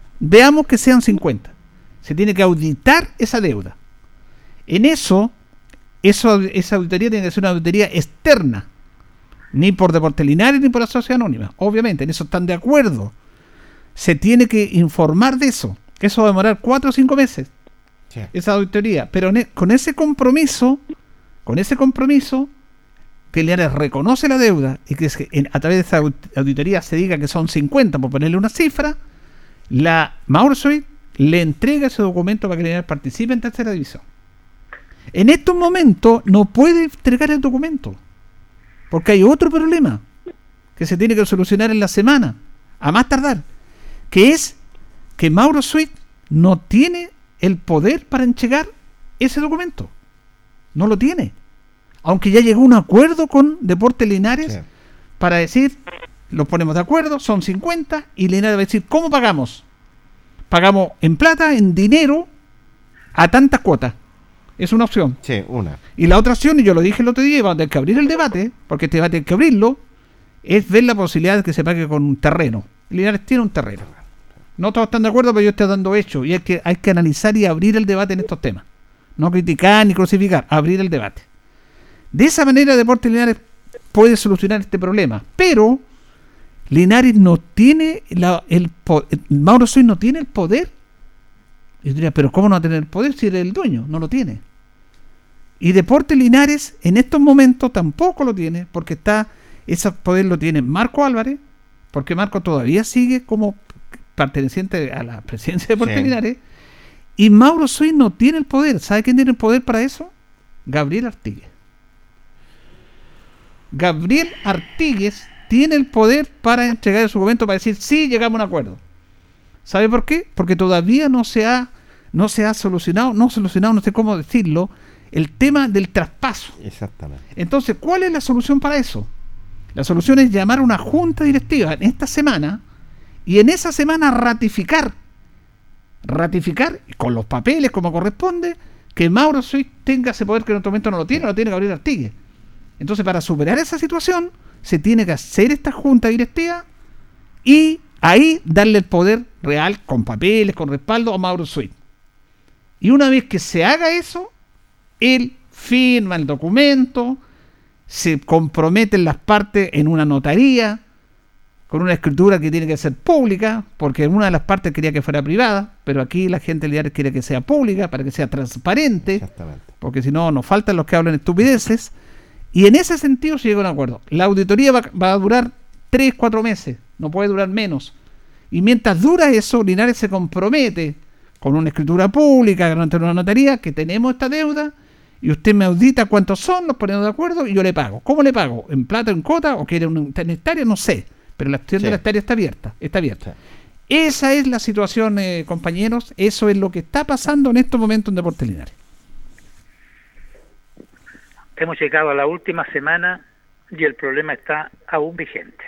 Veamos que sean cincuenta. Se tiene que auditar esa deuda. En eso, eso, esa auditoría tiene que ser una auditoría externa, ni por Deportes Linares ni por la Sociedad Anónima, obviamente, en eso están de acuerdo. Se tiene que informar de eso, que eso va a demorar cuatro o cinco meses, sí. esa auditoría, pero en, con ese compromiso, con ese compromiso, que Linares reconoce la deuda y que en, a través de esa auditoría se diga que son cincuenta, por ponerle una cifra, la Maursuit le entrega ese documento para que Linares participe en tercera división. En estos momentos no puede entregar el documento, porque hay otro problema que se tiene que solucionar en la semana, a más tardar, que es que Maursuit no tiene el poder para entregar ese documento. No lo tiene. Aunque ya llegó a un acuerdo con Deportes Linares, sí, para decir, los ponemos de acuerdo, son cincuenta, y Linares va a decir, ¿cómo pagamos? Pagamos en plata, en dinero, a tantas cuotas. Es una opción. Sí, una. Y la otra opción, y yo lo dije el otro día, vamos a tener que abrir el debate, porque este debate hay que abrirlo, es ver la posibilidad de que se pague con un terreno. Linares tiene un terreno. No todos están de acuerdo, pero yo estoy dando hecho. Y hay que, hay que analizar y abrir el debate en estos temas. No criticar ni crucificar, abrir el debate. De esa manera Deportes Linares puede solucionar este problema. Pero Linares no tiene la, el poder. Maursuit no tiene el poder. Yo diría, pero ¿cómo no va a tener el poder si eres el dueño? No lo tiene. Y Deportes Linares en estos momentos tampoco lo tiene, porque está, ese poder lo tiene Marco Álvarez, porque Marco todavía sigue como perteneciente a la presidencia de Deportes sí. Linares, y Maursuit no tiene el poder. ¿Sabe quién tiene el poder para eso? Gabriel Artigues. Gabriel Artigues tiene el poder para entregar su documento, para decir, sí, llegamos a un acuerdo. ¿Sabe por qué? Porque todavía no se ha, no se ha solucionado, no solucionado, no sé cómo decirlo, el tema del traspaso. Exactamente. Entonces, ¿cuál es la solución para eso? La solución es llamar a una junta directiva en esta semana y en esa semana ratificar, ratificar con los papeles como corresponde, que Maursuit tenga ese poder que en otro momento no lo tiene, no lo tiene Gabriel Artigues. Entonces, para superar esa situación, se tiene que hacer esta junta directiva y ahí darle el poder real, con papeles, con respaldo, a Maursuit. Y una vez que se haga eso, él firma el documento, se comprometen las partes en una notaría, con una escritura que tiene que ser pública, porque una de las partes quería que fuera privada, pero aquí la gente de Linares quiere que sea pública, para que sea transparente, porque si no, nos faltan los que hablan estupideces. Y en ese sentido se llega a un acuerdo. La auditoría va, va a durar tres, cuatro meses, no puede durar menos. Y mientras dura eso, Linares se compromete con una escritura pública, ante una notaría, que tenemos esta deuda, y usted me audita cuántos son, nos ponemos de acuerdo y yo le pago. ¿Cómo le pago? ¿En plata, en cuota o quiere una hectárea? No sé, pero la acción sí. de la hectárea está abierta. Está abierta. Sí. Esa es la situación, eh, compañeros, eso es lo que está pasando en estos momentos en Deportes Linares. Hemos llegado a la última semana y el problema está aún vigente.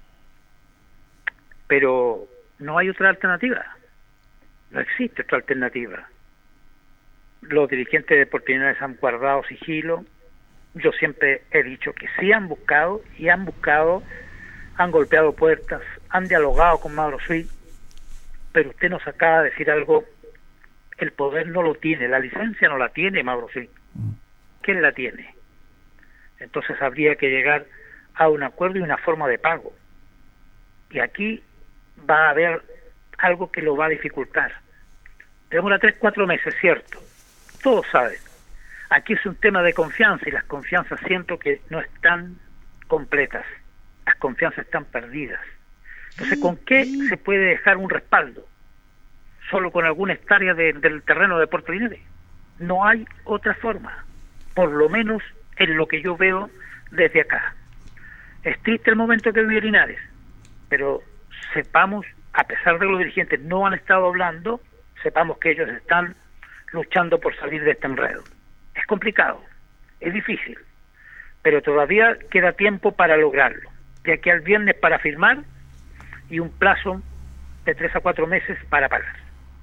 Pero no hay otra alternativa. No existe otra alternativa. Los dirigentes de Deportes Linares han guardado sigilo. Yo siempre he dicho que sí han buscado y han buscado, han golpeado puertas, han dialogado con Maursuit, pero usted nos acaba de decir algo, el poder no lo tiene, la licencia no la tiene Maursuit. ¿Quién la tiene? Entonces habría que llegar a un acuerdo y una forma de pago. Y aquí va a haber algo que lo va a dificultar. Demora tres, cuatro meses, cierto. Todos saben. Aquí es un tema de confianza y las confianzas siento que no están completas. Las confianzas están perdidas. Entonces, ¿con qué se puede dejar un respaldo? ¿Solo con alguna hectárea de, del terreno de Deportes Linares? No hay otra forma. Por lo menos en lo que yo veo desde acá. Es triste el momento que vive Linares, pero sepamos, a pesar de que los dirigentes no han estado hablando, sepamos que ellos están luchando por salir de este enredo. Es complicado, es difícil, pero todavía queda tiempo para lograrlo. De aquí al viernes para firmar y un plazo de tres a cuatro meses para pagar.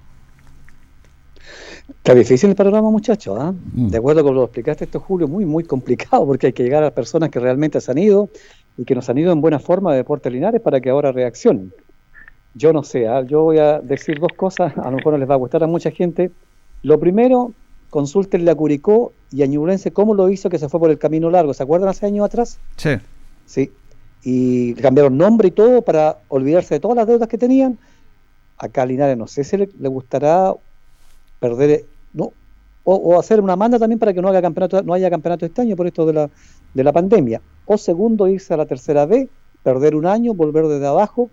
Está difícil el panorama, muchachos, ¿eh? Mm. De acuerdo con lo que explicaste esto, Julio, muy, muy complicado, porque hay que llegar a las personas que realmente se han ido y que nos han ido en buena forma de Deportes Linares para que ahora reaccionen. Yo no sé, ¿eh? Yo voy a decir dos cosas, a lo mejor no les va a gustar a mucha gente. Lo primero, consúltenle a Curicó y a Ñublense cómo lo hizo, que se fue por el camino largo. ¿Se acuerdan hace años atrás? Sí. Sí. Y cambiaron nombre y todo para olvidarse de todas las deudas que tenían. Acá a Linares no sé si le, le gustará perder, no, o, o hacer una manda también para que no haga campeonato, no haya campeonato este año por esto de la, de la pandemia. O segundo, irse a la tercera B, perder un año, volver desde abajo,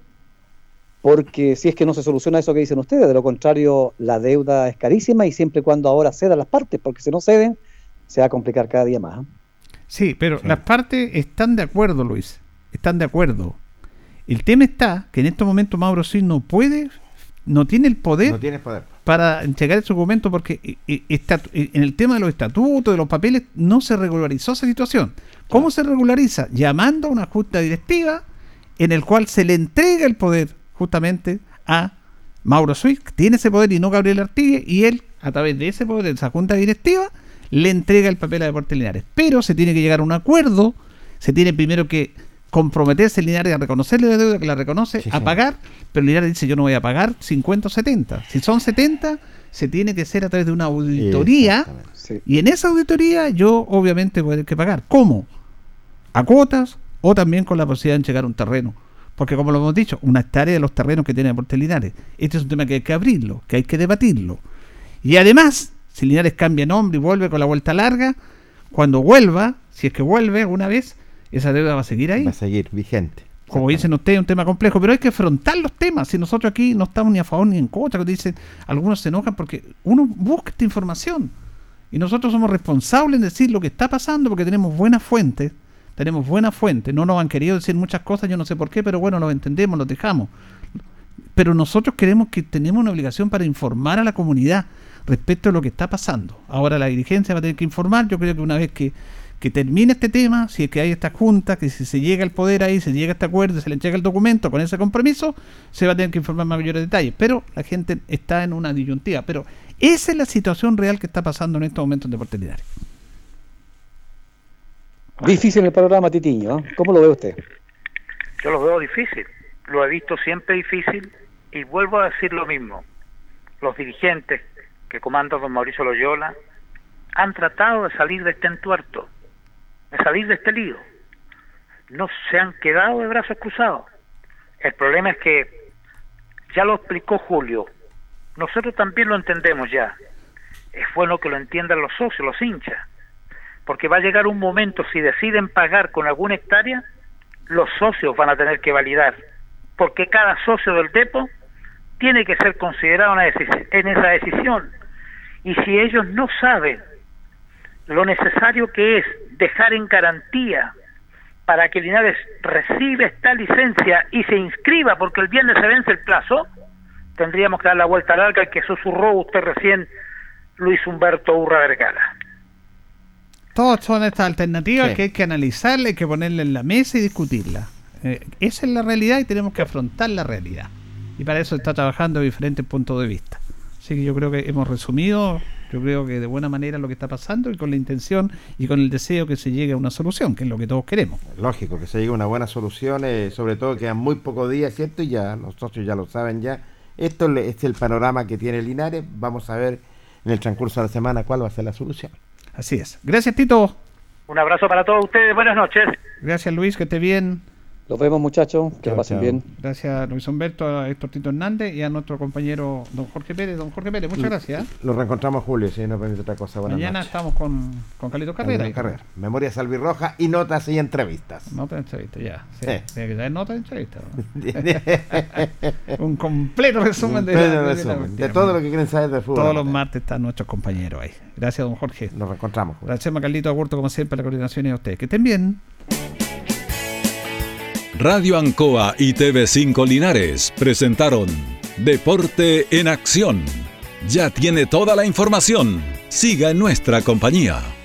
porque si es que no se soluciona eso que dicen ustedes, de lo contrario la deuda es carísima y siempre y cuando ahora cedan las partes, porque si no ceden se va a complicar cada día más. ¿eh? Sí, pero Sí. las partes están de acuerdo, Luis, están de acuerdo. El tema está que en estos momentos Mauro Sui no puede, no tiene el poder No tienes poder. para entregar ese documento porque eh, eh, está, eh, en el tema de los estatutos, de los papeles, no se regularizó esa situación. ¿Cómo se regulariza? Llamando a una junta directiva en el cual se le entrega el poder justamente a Mauro Sui, que tiene ese poder y no Gabriel Artigue, y él, a través de ese poder, de esa junta directiva, le entrega el papel a Deportes Linares. Pero se tiene que llegar a un acuerdo, se tiene primero que comprometerse Linares a reconocerle la deuda, que la reconoce, Sí, a sí. pagar, pero Linares dice yo no voy a pagar cincuenta o setenta. Si son setenta, se tiene que hacer a través de una auditoría, Exactamente. Sí. y en esa auditoría yo obviamente voy a tener que pagar. ¿Cómo? A cuotas o también con la posibilidad de entregar un terreno. Porque como lo hemos dicho, una hectárea de los terrenos que tiene Deportes Linares. Este es un tema que hay que abrirlo, que hay que debatirlo. Y además, si Linares cambia nombre y vuelve con la vuelta larga, cuando vuelva, si es que vuelve alguna vez, esa deuda va a seguir ahí. Va a seguir vigente. Como dicen ustedes, es un tema complejo, pero hay que afrontar los temas. Si nosotros aquí no estamos ni a favor ni en contra, que dicen, algunos se enojan porque uno busca esta información. Y nosotros somos responsables en decir lo que está pasando porque tenemos buenas fuentes. Tenemos buenas fuentes. No nos han querido decir muchas cosas, yo no sé por qué, pero bueno, los entendemos, los dejamos. Pero nosotros queremos que tenemos una obligación para informar a la comunidad respecto a lo que está pasando. Ahora la dirigencia va a tener que informar. Yo creo que una vez que que termine este tema, si es que hay esta junta, que si se llega al poder ahí, se llega a este acuerdo, se le entrega el documento con ese compromiso, se va a tener que informar mayores detalles, pero la gente está en una disyuntiva, pero esa es la situación real que está pasando en estos momentos en Deportes Linares. Difícil el panorama, Titiño, ¿eh? ¿Cómo lo ve usted? Yo lo veo difícil, lo he visto siempre difícil y vuelvo a decir lo mismo. Los dirigentes que comanda don Mauricio Loyola han tratado de salir de este entuerto, de salir de este lío. No se han quedado de brazos cruzados. El problema es que, ya lo explicó Julio, nosotros también lo entendemos ya. Es bueno que lo entiendan los socios, los hinchas, porque va a llegar un momento, si deciden pagar con alguna hectárea, los socios van a tener que validar, porque cada socio del Depo tiene que ser considerado en esa deci- en esa decisión. Y si ellos no saben lo necesario que es dejar en garantía para que Linares reciba esta licencia y se inscriba, porque el viernes se vence el plazo, tendríamos que dar la vuelta larga al que susurró usted recién, Luis Humberto Urra Vergara. Todas son estas alternativas Sí. que hay que analizarla, hay que ponerla en la mesa y discutirla. Eh, esa es la realidad y tenemos que afrontar la realidad. Y para eso está trabajando de diferentes puntos de vista. Así que yo creo que hemos resumido, yo creo que de buena manera lo que está pasando y con la intención y con el deseo que se llegue a una solución, que es lo que todos queremos. Lógico, que se llegue a una buena solución, eh, sobre todo quedan muy pocos días, ¿cierto? Y ya los socios ya lo saben ya. Esto le- es el panorama que tiene Linares. Vamos a ver en el transcurso de la semana cuál va a ser la solución. Así es. Gracias, Tito. Un abrazo para todos ustedes, buenas noches. Gracias, Luis, que esté bien. Los vemos, muchachos, que Chao, lo pasen chao. bien. Gracias, Luis Humberto, a Héctor Tito Hernández y a nuestro compañero don Jorge Pérez. Don Jorge Pérez, muchas gracias. ¿eh? Lo reencontramos Julio, si no permite otra cosa. Buenas Mañana noches. estamos con, con Carlitos Carrera. Carrera, Carrera. Memoria Salvirroja y notas y entrevistas. Nota de entrevista, ya. Sí, Sí. tiene que dar nota de entrevista. ¿no? Un completo resumen de, Pleno la- de la resumen, cuestión. de todo lo que quieren saber del fútbol. Todos los martes están nuestros compañeros ahí. Gracias, don Jorge. Nos reencontramos, Julio. Gracias a Carlito Agurto, como siempre, la coordinación y a ustedes. Que estén bien. Radio Ancoa y T V cinco Linares presentaron Deporte en Acción. Ya tiene toda la información. Siga en nuestra compañía.